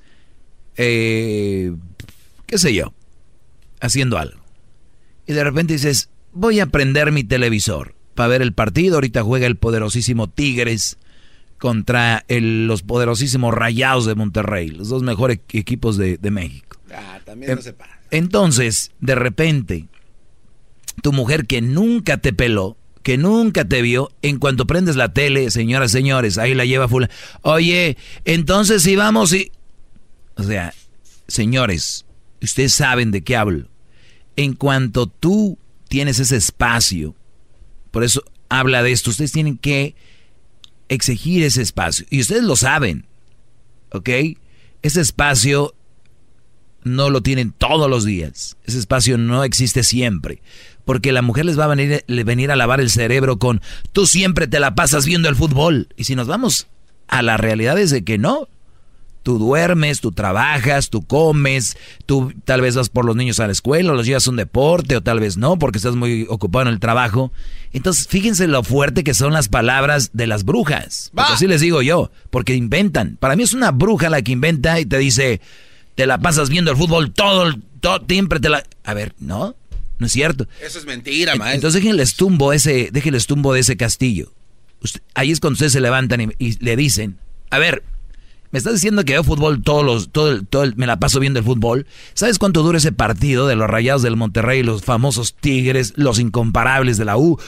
qué sé yo, haciendo algo? Y de repente dices, voy a prender mi televisor para ver el partido. Ahorita juega el poderosísimo Tigres contra los poderosísimos Rayados de Monterrey, los dos mejores equipos de México. También no se para. Entonces, de repente, tu mujer que nunca te peló, que nunca te vio, en cuanto prendes la tele, señoras, señores, ahí la lleva fulana. Oye, entonces si vamos y... O sea, señores, ustedes saben de qué hablo. En cuanto tú tienes ese espacio, por eso habla de esto, ustedes tienen que exigir ese espacio. Y ustedes lo saben, ¿ok? Ese espacio no lo tienen todos los días. Ese espacio no existe siempre. Porque la mujer les va a venir a lavar el cerebro con, tú siempre te la pasas viendo el fútbol. Y si nos vamos a la realidad es de que no. Tú duermes, tú trabajas, tú comes, tú tal vez vas por los niños a la escuela, o los llevas a un deporte, o tal vez no, porque estás muy ocupado en el trabajo. Entonces, fíjense lo fuerte que son las palabras de las brujas. Porque así les digo yo, porque inventan. Para mí es una bruja la que inventa y te dice, te la pasas viendo el fútbol todo siempre te la... A ver, no es cierto. Eso es mentira, maestro. Entonces déjenles tumbo de ese castillo. Ahí es cuando ustedes se levantan y le dicen, a ver... ¿Me estás diciendo que veo fútbol me la paso viendo el fútbol? ¿Sabes cuánto dura ese partido de los Rayados del Monterrey, los famosos Tigres, los incomparables de la U?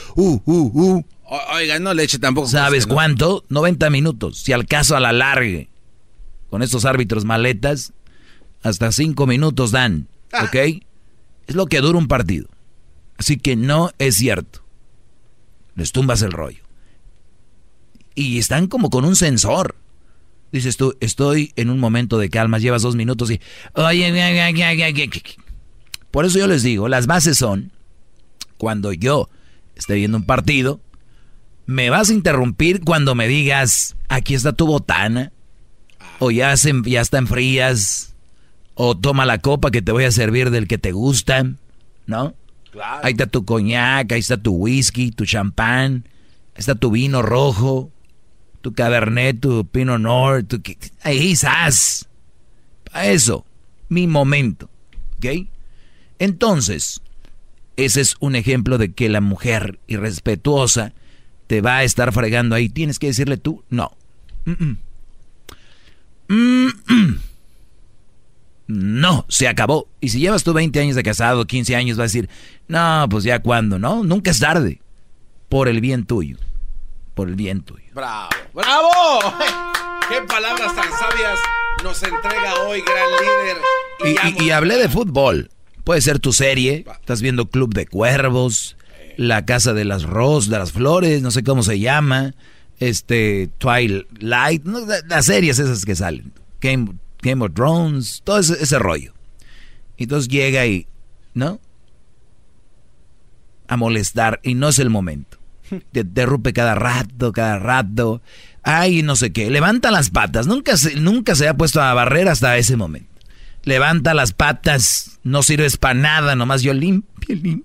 Oiga, no le eche tampoco. ¿Sabes cuánto? 90 minutos. Si al caso a la largue, con estos árbitros maletas, hasta 5 minutos dan, ¿ok? Es lo que dura un partido. Así que no es cierto. Les tumbas el rollo. Y están como con un sensor. Dices tú, estoy en un momento de calma, llevas 2 minutos y... Oye, por eso yo les digo, las bases son, cuando yo esté viendo un partido, me vas a interrumpir cuando me digas, aquí está tu botana, o ya están frías, o toma la copa que te voy a servir del que te gusta, ¿no? Claro. Ahí está tu coñac, ahí está tu whisky, tu champán, ahí está tu vino rojo, tu Cabernet, tu Pinot Noir, ahí estás. Para eso, mi momento, ¿ok? Entonces, ese es un ejemplo de que la mujer irrespetuosa te va a estar fregando ahí. ¿Tienes que decirle tú? No. No, se acabó. Y si llevas tú 20 años de casado, 15 años, vas a decir, no, pues ya cuándo, ¿no? Nunca es tarde. Por el bien tuyo. Por el bien tuyo. ¡Bravo! ¡Bravo! ¡Qué palabras tan sabias nos entrega hoy, gran líder! Y hablé de fútbol. Puede ser tu serie. Estás viendo Club de Cuervos, La Casa de las Flores, no sé cómo se llama. Twilight, ¿no? Las series esas que salen. Game of Thrones, todo ese rollo. Y entonces llega y, ¿no? A molestar. Y no es el momento. Te interrumpe cada rato. Ay, no sé qué. Levanta las patas. Nunca se ha puesto a barrer hasta ese momento. Levanta las patas. No sirves para nada. Nomás yo limpio.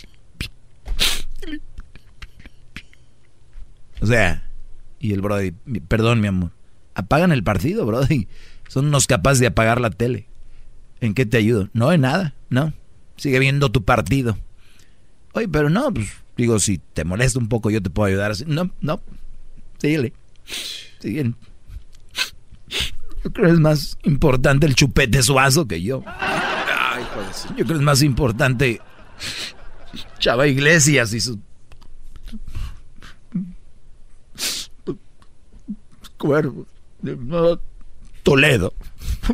O sea, y el brody, perdón, mi amor. Apagan el partido, brody. Son unos capaces de apagar la tele. ¿En qué te ayudo? No, en nada. No. Sigue viendo tu partido. Oye, pero no, pues... Digo, si te molesta un poco, yo te puedo ayudar. No. Síguele. Siguen. Yo creo que es más importante el chupete Suazo que yo. Yo creo que es más importante Chava Iglesias y sus Cuervos. Toledo.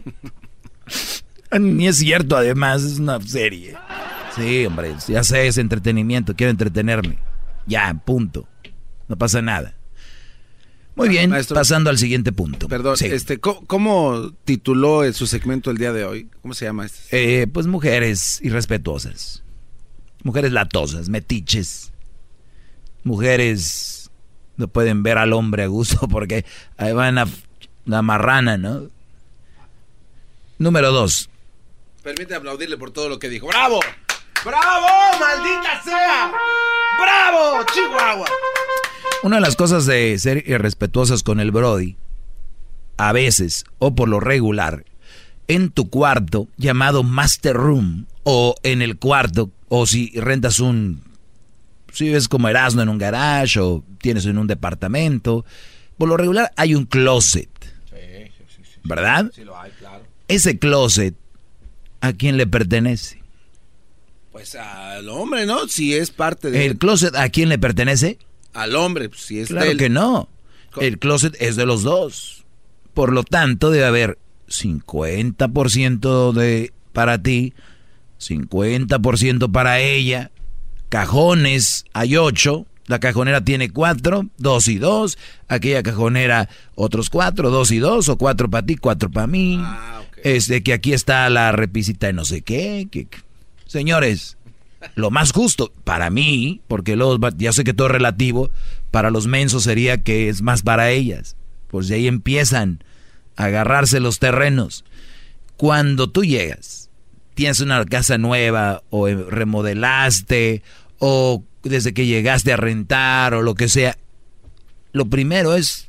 Ni es cierto, además, es una serie. Sí, hombre, ya sé, es entretenimiento, quiero entretenerme. Ya, punto. No pasa nada. Muy bien, maestro, pasando al siguiente punto. Perdón, sí. ¿Cómo tituló su segmento el día de hoy? ¿Cómo se llama este? Pues mujeres irrespetuosas. Mujeres latosas, metiches. Mujeres no pueden ver al hombre a gusto porque ahí van la marrana, ¿no? Número 2. Permítame aplaudirle por todo lo que dijo. ¡Bravo! ¡Bravo, maldita sea! ¡Bravo, Chihuahua! Una de las cosas de ser irrespetuosas con el Brody, a veces, o por lo regular, en tu cuarto, llamado Master Room, o en el cuarto, o si rentas si ves como Erasmo en un garage, o tienes en un departamento, por lo regular hay un closet. Sí. ¿Verdad? Sí lo hay, claro. Ese closet, ¿a quién le pertenece? Pues al hombre, ¿no? Si es parte de... ¿El closet a quién le pertenece? Al hombre, pues, si es claro que no. El closet es de los dos. Por lo tanto, debe haber 50% para ti, 50% para ella. Cajones, hay 8. La cajonera tiene 4, 2 y 2. Aquella cajonera, otros 4, 2 y 2. O 4 para ti, 4 para mí. Okay. Que aquí está la repisita de no sé qué. Señores, lo más justo para mí, porque luego ya sé que todo es relativo, para los mensos sería que es más para ellas. Pues de ahí empiezan a agarrarse los terrenos. Cuando tú llegas, tienes una casa nueva o remodelaste o desde que llegaste a rentar o lo que sea, lo primero es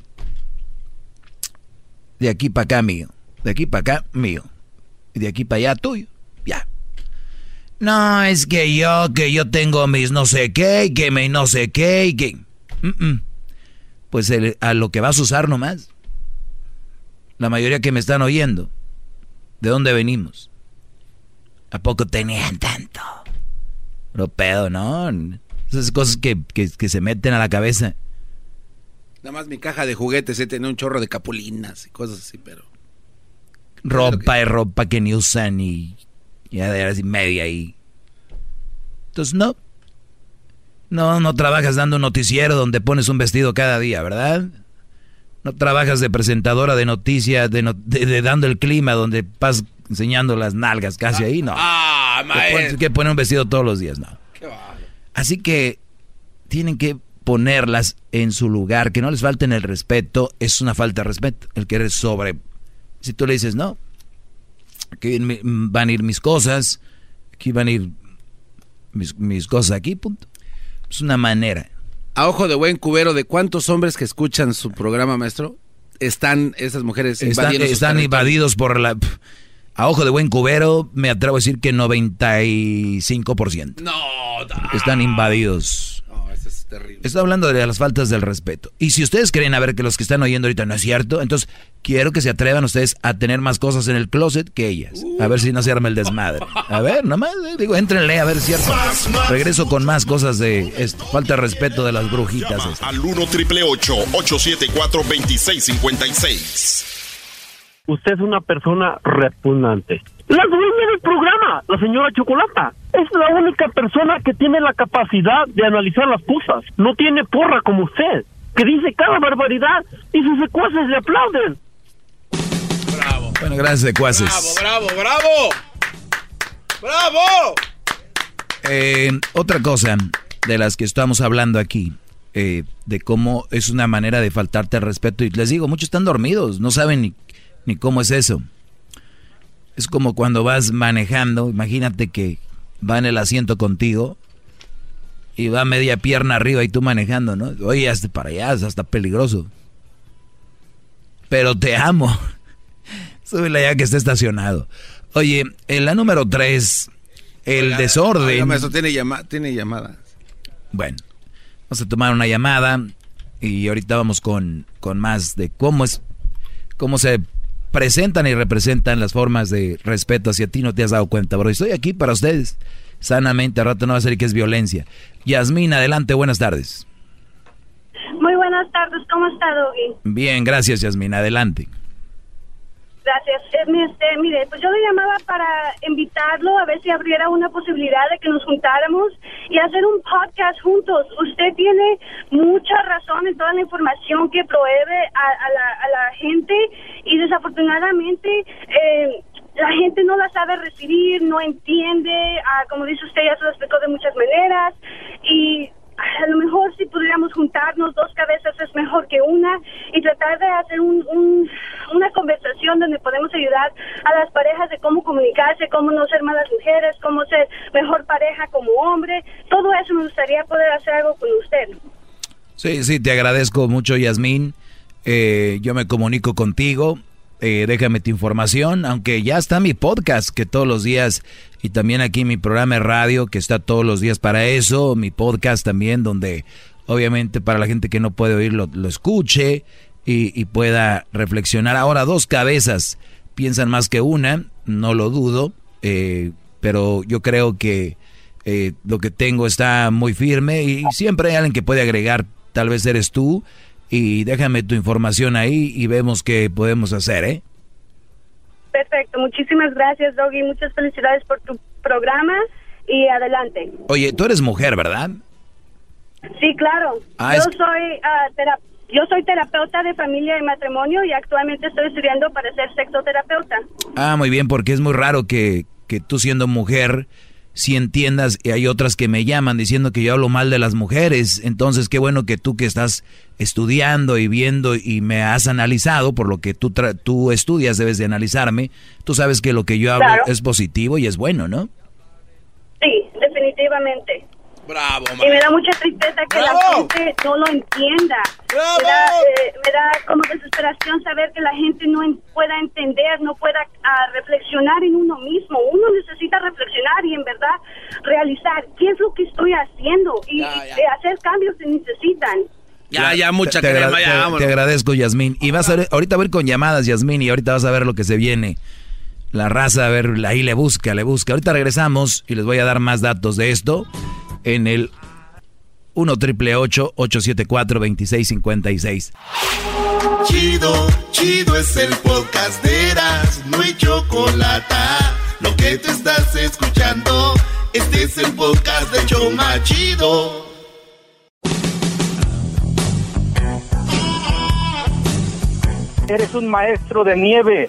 de aquí para acá mío, de aquí para acá mío y de aquí para allá tuyo, ya. No, es que yo tengo mis no sé qué, y que me no sé qué, y que... Pues a lo que vas a usar nomás. La mayoría que me están oyendo, ¿de dónde venimos? ¿A poco tenían tanto? Pero pedo, ¿no? Esas cosas que se meten a la cabeza. Nada más mi caja de juguetes tenía un chorro de capulinas y cosas así, pero... Ropa que ni usan y... Ya de horas y media ahí. Entonces no trabajas dando un noticiero donde pones un vestido cada día, ¿verdad? No trabajas de presentadora de noticias, de dando el clima donde vas enseñando las nalgas casi ahí, no. Maestro. Que poner un vestido todos los días, no. Qué vale. Así que tienen que ponerlas en su lugar, que no les falten el respeto, es una falta de respeto. El que eres si tú le dices no, aquí van a ir mis cosas, aquí van a ir mis cosas aquí, punto. Es una manera. A ojo de buen cubero, ¿de cuántos hombres que escuchan su programa, maestro, están esas mujeres invadiendo están invadidos por la... A ojo de buen cubero, me atrevo a decir que 95%. No. Están invadidos. No, eso es terrible. Estoy hablando de las faltas del respeto. Y si ustedes creen, a ver, que los que están oyendo ahorita no es cierto, entonces quiero que se atrevan ustedes a tener más cosas en el closet que ellas. A ver si no se arma el desmadre. A ver, nomás, éntrenle, a ver si es cierto. Regreso con más cosas de falta de respeto de las brujitas. Al 1-888-874-2656. Usted es una persona repugnante. La dueña del programa, la señora Chocolata, es la única persona que tiene la capacidad de analizar las cosas. No tiene porra como usted, que dice cada barbaridad y sus secuaces le aplauden. Bravo. Bueno, gracias, secuaces. Bravo. Otra cosa de las que estamos hablando aquí, de cómo es una manera de faltarte al respeto. Y les digo, muchos están dormidos, no saben ni cómo es eso. Es como cuando vas manejando, imagínate que va en el asiento contigo y va media pierna arriba y tú manejando, ¿no? Oye, hasta para allá, es hasta peligroso. Pero te amo. Súbela ya que está estacionado. Oye, en la número 3, el desorden. Eso tiene llamada. Bueno, vamos a tomar una llamada y ahorita vamos con más de cómo se presentan y representan las formas de respeto hacia ti. No te has dado cuenta, bro. Estoy aquí para ustedes sanamente. A rato no va a ser que es violencia. Yasmín, adelante, buenas tardes. Muy buenas buenas tardes. ¿Cómo está, Doggy? Bien, gracias, Yasmín. Adelante. Gracias. Mire, pues yo le llamaba para invitarlo a ver si abriera una posibilidad de que nos juntáramos y hacer un podcast juntos. Usted tiene mucha razón en toda la información que provee a la gente y desafortunadamente la gente no la sabe recibir, no entiende, como dice usted, ya se lo explicó de muchas maneras y a lo mejor si pudiéramos juntarnos, dos cabezas es mejor que una y tratar de hacer una conversación donde podemos ayudar a las parejas de cómo comunicarse, cómo no ser malas mujeres, cómo ser mejor pareja como hombre. Todo eso me gustaría poder hacer algo con usted. Sí, te agradezco mucho, Yasmín. Yo me comunico contigo. Déjame tu información, aunque ya está mi podcast que todos los días, y también aquí mi programa de radio que está todos los días para eso, mi podcast también, donde obviamente para la gente que no puede oírlo, lo escuche y pueda reflexionar. Ahora, dos cabezas piensan más que una, no lo dudo, pero yo creo que lo que tengo está muy firme y siempre hay alguien que puede agregar, tal vez eres tú. Y déjame tu información ahí y vemos qué podemos hacer, ¿eh? Perfecto, muchísimas gracias, Doggy. Muchas felicidades por tu programa y adelante. Oye, tú eres mujer, ¿verdad? Sí, claro. Yo soy terapeuta de familia y matrimonio y actualmente estoy estudiando para ser sexoterapeuta. Muy bien, porque es muy raro que tú siendo mujer... si entiendas, y hay otras que me llaman diciendo que yo hablo mal de las mujeres, entonces qué bueno que tú que estás estudiando y viendo y me has analizado, por lo que tú estudias debes de analizarme, tú sabes que lo que yo hablo es positivo y es bueno, ¿no? Sí, definitivamente. Bravo, y me da mucha tristeza que la gente no lo entienda. Me da como desesperación saber que la gente no pueda entender, no pueda reflexionar en uno mismo. Uno necesita reflexionar y en verdad realizar qué es lo que estoy haciendo y hacer cambios que necesitan. Mucha crema, vámonos. Te agradezco, Yasmín. Y ahorita voy con llamadas, Yasmín, y ahorita vas a ver lo que se viene. La raza, a ver, ahí le busca. Ahorita regresamos y les voy a dar más datos de esto en el 1-888-874-2656. Chido es el podcast de Erazno y Chocolata. Lo que te estás escuchando, este es el podcast de Choma Chido. Eres un maestro de nieve.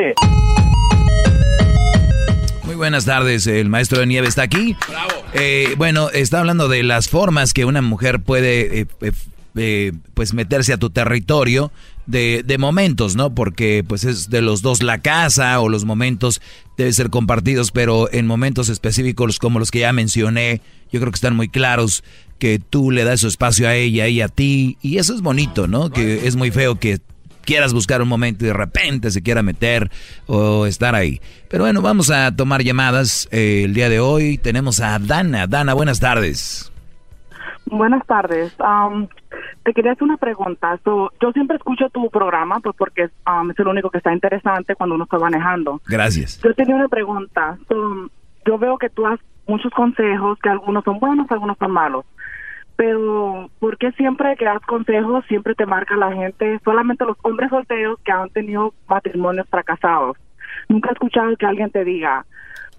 Muy buenas tardes, el maestro de nieve está aquí. Bravo. Bueno, está hablando de las formas que una mujer puede pues meterse a tu territorio de momentos, ¿no? Porque pues es de los dos la casa o los momentos deben ser compartidos, pero en momentos específicos como los que ya mencioné, yo creo que están muy claros que tú le das su espacio a ella y a ti, y eso es bonito, ¿no? Que es muy feo que quieras buscar un momento y de repente se quiera meter o estar ahí. Pero bueno, vamos a tomar llamadas. El día de hoy tenemos a Dana. Dana, buenas tardes. Buenas tardes. Te quería hacer una pregunta. Yo siempre escucho tu programa pues porque es el único que está interesante cuando uno está manejando. Gracias. Yo tenía una pregunta. Yo veo que tú das muchos consejos, que algunos son buenos, algunos son malos. Pero, ¿por qué siempre que das consejos siempre te marca la gente, solamente los hombres solteros que han tenido matrimonios fracasados? Nunca he escuchado que alguien te diga,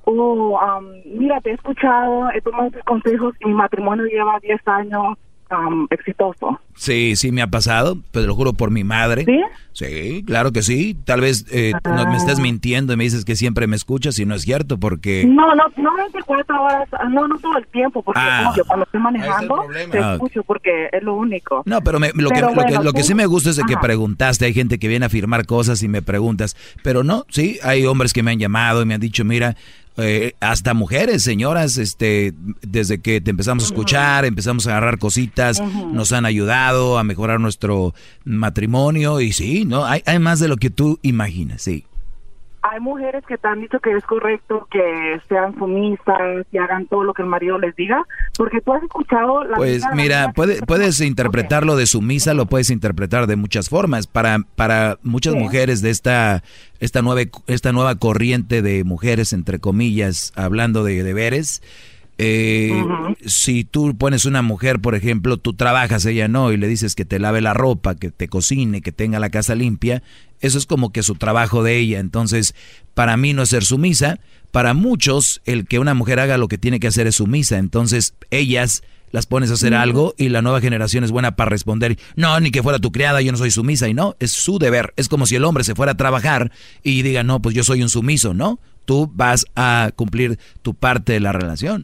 mira, te he escuchado, he tomado tus consejos y mi matrimonio lleva 10 años exitoso. Sí, me ha pasado, te lo juro por mi madre. ¿Sí? Sí, claro que sí. Tal vez no me estás mintiendo y me dices que siempre me escuchas y no es cierto porque... No 24 horas, no todo el tiempo, porque yo cuando estoy manejando te escucho porque es lo único. No, pero lo que sí me gusta es de que preguntaste, hay gente que viene a firmar cosas y me preguntas, pero no, sí, hay hombres que me han llamado y me han dicho, mira... hasta mujeres, señoras, desde que te empezamos a escuchar, empezamos a agarrar cositas, nos han ayudado a mejorar nuestro matrimonio y sí, ¿no? Hay más de lo que tú imaginas, sí. Hay mujeres que te han dicho que es correcto que sean sumisas y hagan todo lo que el marido les diga, porque tú has escuchado... Pues mira, puedes interpretarlo de sumisa, lo puedes interpretar de muchas formas. Para muchas mujeres de esta nueva corriente de mujeres, entre comillas, hablando de deberes, Si tú pones una mujer, por ejemplo, tú trabajas, ella no, y le dices que te lave la ropa, que te cocine, que tenga la casa limpia, eso es como que su trabajo de ella. Entonces, para mí no es ser sumisa. Para muchos, el que una mujer haga lo que tiene que hacer es sumisa. Entonces, ellas las pones a hacer algo y la nueva generación es buena para responder. No, ni que fuera tu criada, yo no soy sumisa. Y no, es su deber. Es como si el hombre se fuera a trabajar y diga, no, pues yo soy un sumiso, ¿no? Tú vas a cumplir tu parte de la relación.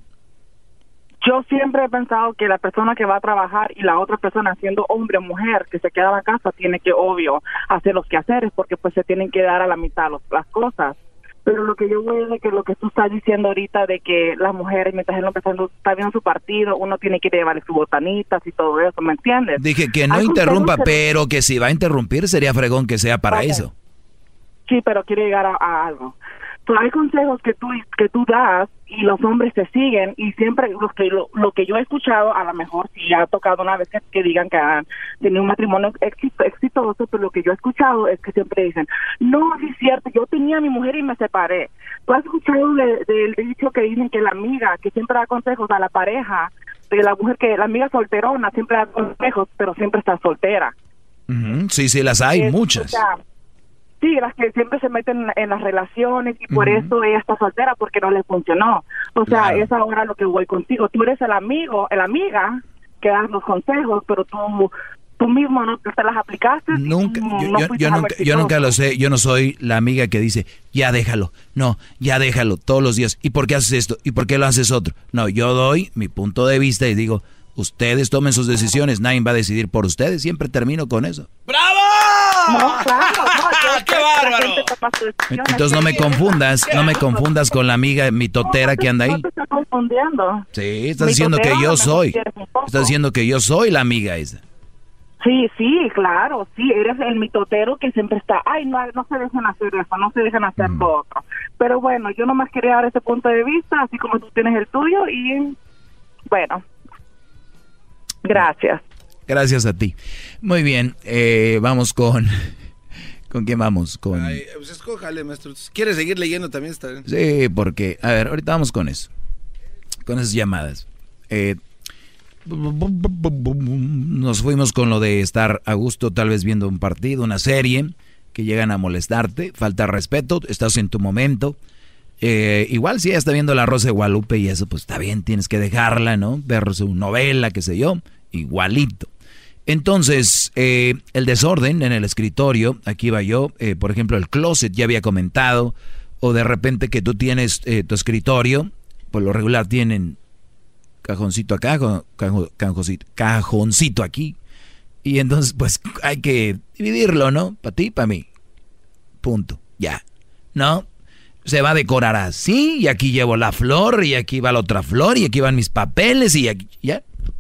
Yo siempre he pensado que la persona que va a trabajar y la otra persona, siendo hombre o mujer, que se queda en la casa, tiene que, obvio, hacer los quehaceres, porque pues se tienen que dar a la mitad las cosas. Pero lo que yo voy es de que lo que tú estás diciendo ahorita, de que las mujeres, mientras él está viendo su partido, uno tiene que llevarle sus botanitas y todo eso, ¿me entiendes? Dije que no interrumpa, pero que si va a interrumpir sería fregón que sea para eso. Sí, pero quiero llegar a algo. Pero hay consejos que tú das y los hombres te siguen, y siempre lo que yo he escuchado, a lo mejor si ha tocado una vez que digan que han tenido un matrimonio exitoso, pero lo que yo he escuchado es que siempre dicen, no, sí es cierto, yo tenía a mi mujer y me separé. ¿Tú has escuchado del dicho que dicen que la amiga que siempre da consejos a la pareja, de la mujer, que la amiga solterona siempre da consejos, pero siempre está soltera? Sí, las hay, muchas. O sea, sí, las que siempre se meten en las relaciones y por eso ella está soltera, porque no le funcionó. O sea, claro. Es ahora lo que voy contigo. Tú eres la amiga que das los consejos, pero tú mismo no te las aplicaste. Nunca, yo nunca lo sé. Yo no soy la amiga que dice, ya déjalo. No, ya déjalo todos los días. ¿Y por qué haces esto? ¿Y por qué lo haces otro? No, yo doy mi punto de vista y digo, ustedes tomen sus decisiones, nadie va a decidir por ustedes. Siempre termino con eso. ¡Bravo! No, claro, ¡qué bárbaro! Entonces no me confundas con la amiga mitotera que anda ahí. No te está confundiendo. Sí, estás diciendo que yo soy. Estás diciendo que yo soy la amiga esa. Sí, claro, sí, eres el mitotero que siempre está, ay, no se dejan hacer eso, no se dejan hacer lo otro. Pero bueno, yo nomás quería dar ese punto de vista, así como tú tienes el tuyo, y bueno, gracias. Gracias a ti. Muy bien, vamos con... ¿Con quién vamos? Ay, pues escójale, maestro. Si quieres seguir leyendo también está bien. Sí, porque... A ver, ahorita vamos con eso. Con esas llamadas. Nos fuimos con lo de estar a gusto, tal vez viendo un partido, una serie, que llegan a molestarte. Falta respeto, estás en tu momento. Igual si ella está viendo La Rosa de Guadalupe y eso, pues está bien, tienes que dejarla, ¿no? Ver su novela, qué sé yo. Igualito. Entonces, el desorden en el escritorio, aquí va yo, por ejemplo, el closet, ya había comentado, o de repente que tú tienes tu escritorio, por lo regular tienen cajoncito acá, cajoncito aquí, y entonces pues hay que dividirlo, ¿no? Para ti, para mí. Punto, ya. ¿No? Se va a decorar así, y aquí llevo la flor, y aquí va la otra flor, y aquí van mis papeles, y aquí, ya.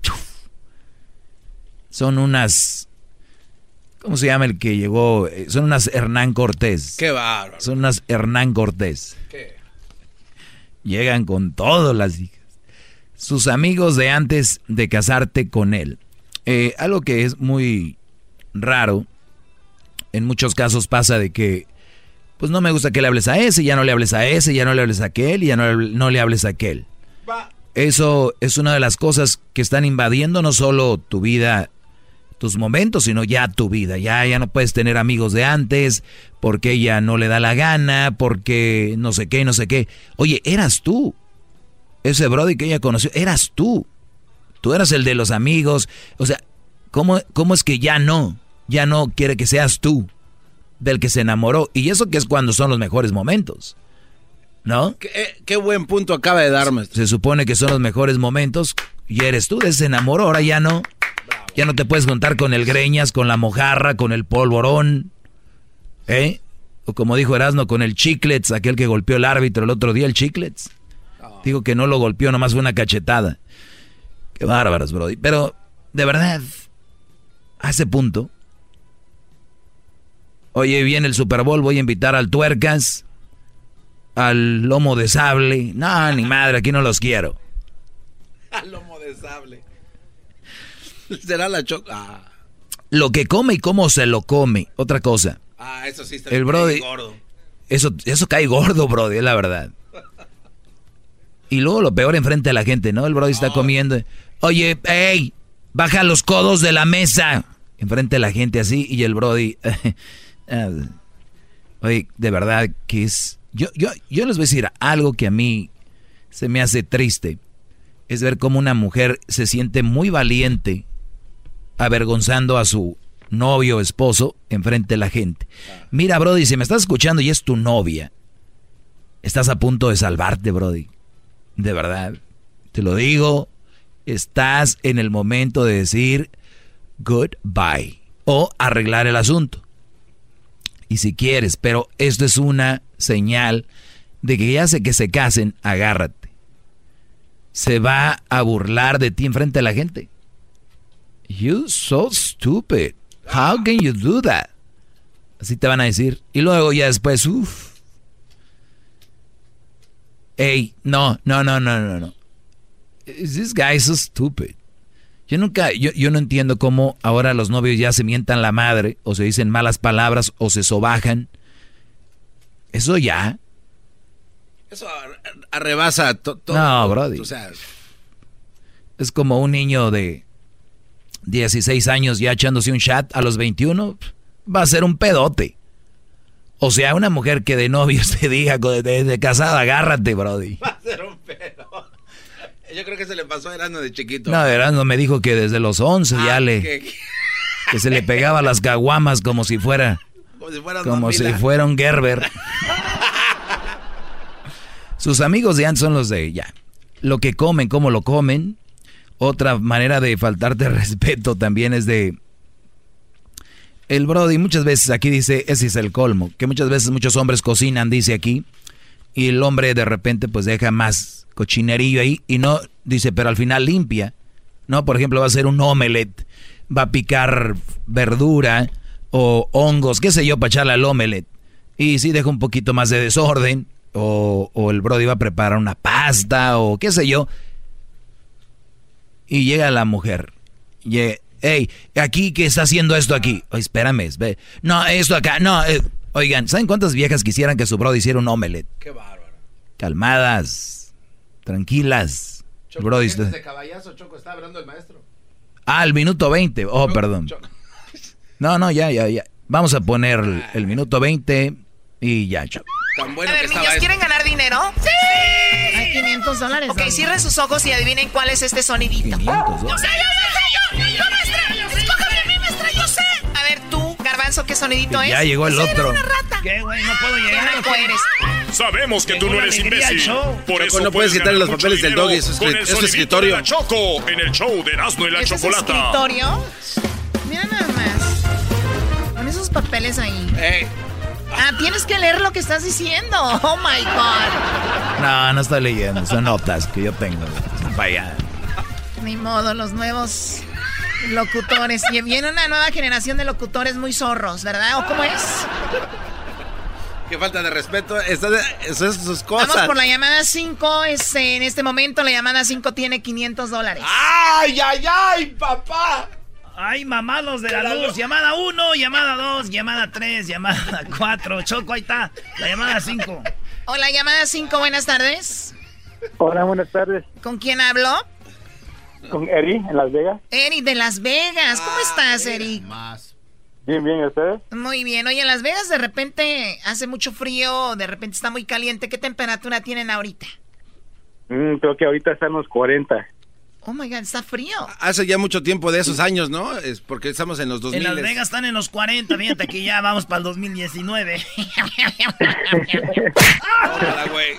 Son unas... ¿Cómo se llama el que llegó? Son unas Hernán Cortés. ¡Qué bárbaro! Son unas Hernán Cortés. ¿Qué? Llegan con todas las hijas. Sus amigos de antes de casarte con él. Algo que es muy raro. En muchos casos pasa de que... Pues no me gusta que le hables a ese, ya no le hables a ese, ya no le hables a aquel, y ya no le hables a aquel. Eso es una de las cosas que están invadiendo no solo tu vida, tus momentos, sino ya tu vida. Ya no puedes tener amigos de antes, porque ella no le da la gana, porque no sé qué, no sé qué. Oye, eras tú. Ese brody que ella conoció, eras tú. Tú eras el de los amigos. O sea, ¿cómo es que ya no quiere que seas tú del que se enamoró? Y eso que es cuando son los mejores momentos, ¿no? Qué buen punto acaba de darme. Se supone que son los mejores momentos y eres tú, de ese enamoró, ahora ya no. Bravo. Ya no te puedes juntar con el greñas, con la mojarra, con el polvorón, o como dijo Erasmo, con el chiclets, aquel que golpeó el árbitro el otro día, el chiclets. Digo que no lo golpeó, nomás fue una cachetada. Qué bárbaros, brody. Pero, de verdad, a ese punto, oye, viene el Super Bowl, voy a invitar al Tuercas, al Lomo de Sable. No, ni madre, aquí no los quiero. Al Lomo de Sable. Será la choca. Lo que come y cómo se lo come. Otra cosa. Eso sí está el brody, gordo. Eso cae gordo, brody, es la verdad. Y luego lo peor enfrente de la gente, ¿no? El brody está comiendo. Oye, hey, baja los codos de la mesa. Enfrente de la gente así. Y el brody... oye, de verdad que es... Yo les voy a decir algo que a mí se me hace triste. Es ver cómo una mujer se siente muy valiente avergonzando a su novio o esposo enfrente de la gente. Mira, brody, si me estás escuchando y es tu novia, estás a punto de salvarte, brody. De verdad, te lo digo, estás en el momento de decir goodbye o arreglar el asunto. Y si quieres, pero esto es una señal de que ya sé que se casen, agárrate. Se va a burlar de ti enfrente de la gente. You so stupid. How can you do that? Así te van a decir. Y luego ya después, Ey, no. Is this guy so stupid? Yo no entiendo cómo ahora los novios ya se mientan la madre, o se dicen malas palabras, o se sobajan. Eso ya. Eso arrebasa todo. No, brody. O sea, es como un niño de 16 años ya echándose un chat a los 21. Va a ser un pedote. O sea, una mujer que de novios te diga, de casada, agárrate, brody. Va a ser un pedo. Yo creo que se le pasó a Erasmo de chiquito. No, Erasmo me dijo que desde los 11 que se le pegaba las caguamas como si fuera un Gerber. Sus amigos de antes son los de ya. Lo que comen, cómo lo comen. Otra manera de faltarte respeto también es de... El brody muchas veces aquí dice, ese es el colmo, que muchas veces muchos hombres cocinan, dice aquí, y el hombre de repente pues deja más cochinerillo ahí y no, dice, pero al final limpia, ¿no? Por ejemplo, va a hacer un omelette, va a picar verdura o hongos, qué sé yo, para echarle al omelette. Y si deja un poquito más de desorden, o el brody va a preparar una pasta, o qué sé yo. Y llega la mujer, hey, aquí, ¿qué está haciendo esto aquí? Oye, espérame, no, esto acá, no. Oigan, ¿saben cuántas viejas quisieran que su brody hiciera un omelette? Qué bárbaro. Calmadas, tranquilas. Choco, brody, de caballazo, Choco, está hablando el maestro. El minuto 20. Oh, perdón. Choco. No, ya. Vamos a poner el minuto 20 y ya, Choco. Tan bueno. A ver, niños, ¿quieren ganar dinero? ¡Sí! Hay $500. Ok, cierren sus ojos y adivinen cuál es este sonidito. $500. Yo sé, maestra. Escógeme a mí, maestra, yo sé. A ver, tú, Garbanzo, ¿qué sonidito es? Ya llegó el otro. Una rata. ¿Qué, güey? No puedo llegar. ¿Qué naco eres? Sabemos que tú no eres imbécil. Por eso no puedes quitarle los papeles del doggy. Es su escritorio. Choco en el show de Erasmo y la Chocolata. ¿Es escritorio? Mira nada más. Con esos papeles ahí. Tienes que leer lo que estás diciendo. Oh my God. No estoy leyendo. Son notas que yo tengo. Vaya. Ni modo, los nuevos locutores. Y viene una nueva generación de locutores muy zorros, ¿verdad? ¿O cómo es? Qué falta de respeto. Eso es sus cosas. Vamos por la llamada 5. En este momento la llamada 5 tiene $500. ¡Ay, papá! Ay, mamados de la luz. Llamada 1, llamada 2, llamada 3, llamada 4. Choco, ahí está. La llamada 5. Hola, llamada 5, buenas tardes. Hola, buenas tardes. ¿Con quién hablo? Con Eri, en Las Vegas. Eri, de Las Vegas. ¿Cómo estás, Eri? Bien, ¿y ustedes? Muy bien. Oye, en Las Vegas de repente hace mucho frío, de repente está muy caliente. ¿Qué temperatura tienen ahorita? Creo que ahorita están los 40. Oh my God, está frío. Hace ya mucho tiempo de esos años, ¿no? Es porque estamos en los 2000. En Las Vegas están en los 40, fíjate que ya vamos para el 2019. Hola, güey.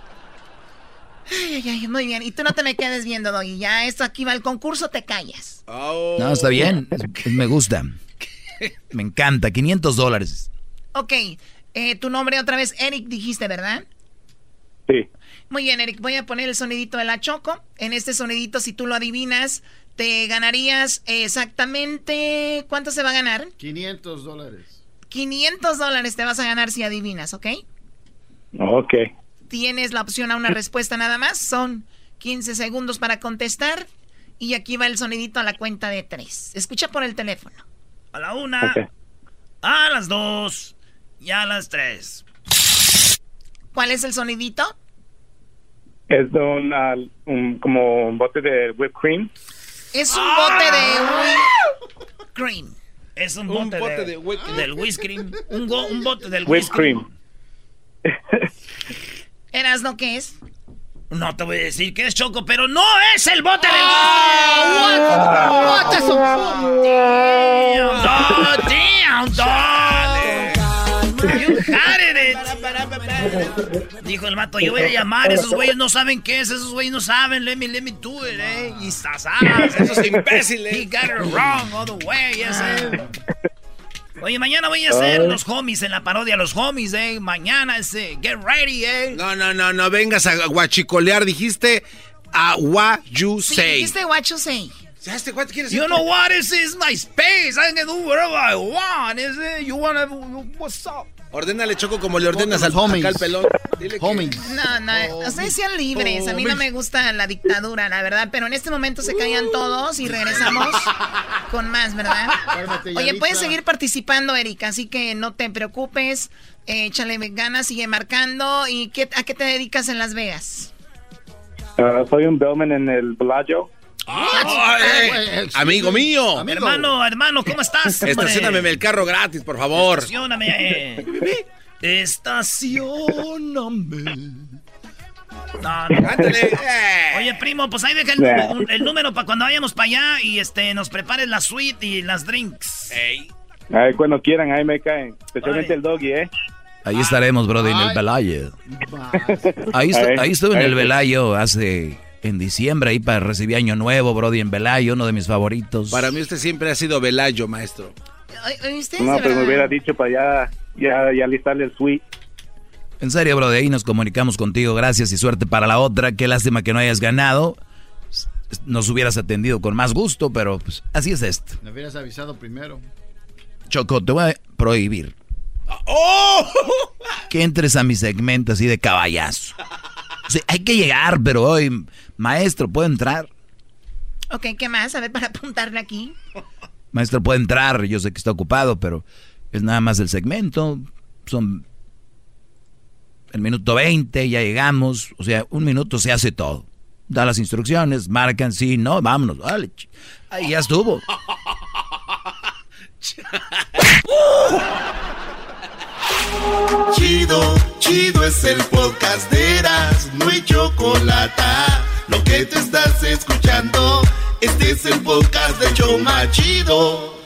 Ay, muy bien. Y tú no te me quedes viendo, Doggy. Ya esto aquí va el concurso, te callas. Oh. No, está bien. Me gusta. Me encanta. $500. Ok. Tu nombre otra vez, Eric, dijiste, ¿verdad? Sí. Muy bien, Eric, voy a poner el sonidito de la Choco. En este sonidito, si tú lo adivinas, te ganarías exactamente... ¿Cuánto se va a ganar? $500. $500 te vas a ganar si adivinas, ¿ok? Ok. Tienes la opción a una respuesta nada más. Son 15 segundos para contestar. Y aquí va el sonidito a la cuenta de 3. Escucha por el teléfono. A la 1, okay. A las 2 y a las 3. ¿Cuál es el sonidito? Es como un bote de whipped cream. Es un bote de whipped cream. Es un bote del whipped cream. Un bote del whipped cream. ¿Erasno qué es? No te voy a decir qué es, Choco, pero no es el bote del What is Damn, You had it. Dijo el vato, yo voy a llamar, esos güeyes no saben qué es, esos güeyes no saben, let me do it, Y esos imbéciles. He got it wrong all the way, Oye, mañana voy a hacer los homies en la parodia, los homies, Mañana get ready, No vengas a guachicolear, dijiste a what you say. Dijiste what you say. You know what, this is my space, I can do whatever I want, you wanna, what's up? Ordénale, Choco, como le ordenas al pelón. Dile homies. No, ustedes sean libres. A mí no me gusta la dictadura, la verdad. Pero en este momento se callan todos y regresamos con más, ¿verdad? Oye, puedes seguir participando, Erika, así que no te preocupes. Échale ganas, sigue marcando. ¿Y a qué te dedicas en Las Vegas? Soy un bellman en el Bellagio. Amigo mío. Hermano, ¿cómo estás? Estacióname el carro gratis, por favor. Estacióname. No. Oye, primo, pues ahí deja el número para cuando vayamos para allá y nos prepares la suite y las drinks. Ay, cuando quieran, ahí me caen. Especialmente el doggy, Ahí estaremos, brother, en el Bellagio. Ahí estuve en el Bellagio en diciembre, ahí para recibir Año Nuevo, Brody, en Bellagio, uno de mis favoritos. Para mí usted siempre ha sido Bellagio, maestro. No, pero me hubiera dicho para allá, ya listarle el suite. En serio, Brody, ahí nos comunicamos contigo, gracias y suerte para la otra. Qué lástima que no hayas ganado. Nos hubieras atendido con más gusto, pero pues así es esto. Me hubieras avisado primero. Choco, te voy a prohibir que entres a mi segmento así de caballazo. O sea, hay que llegar, pero hoy, maestro, ¿puedo entrar? Ok, ¿qué más? A ver, para apuntarle aquí. Maestro, puede entrar, yo sé que está ocupado, pero es nada más el segmento. Son el minuto 20, ya llegamos. O sea, un minuto se hace todo. Da las instrucciones, marcan, sí, no, vámonos. Vale. Ahí ya estuvo. Chido es el podcast de Erazno y Chocolata. Lo que te estás escuchando, este es el podcast de Choma Chido.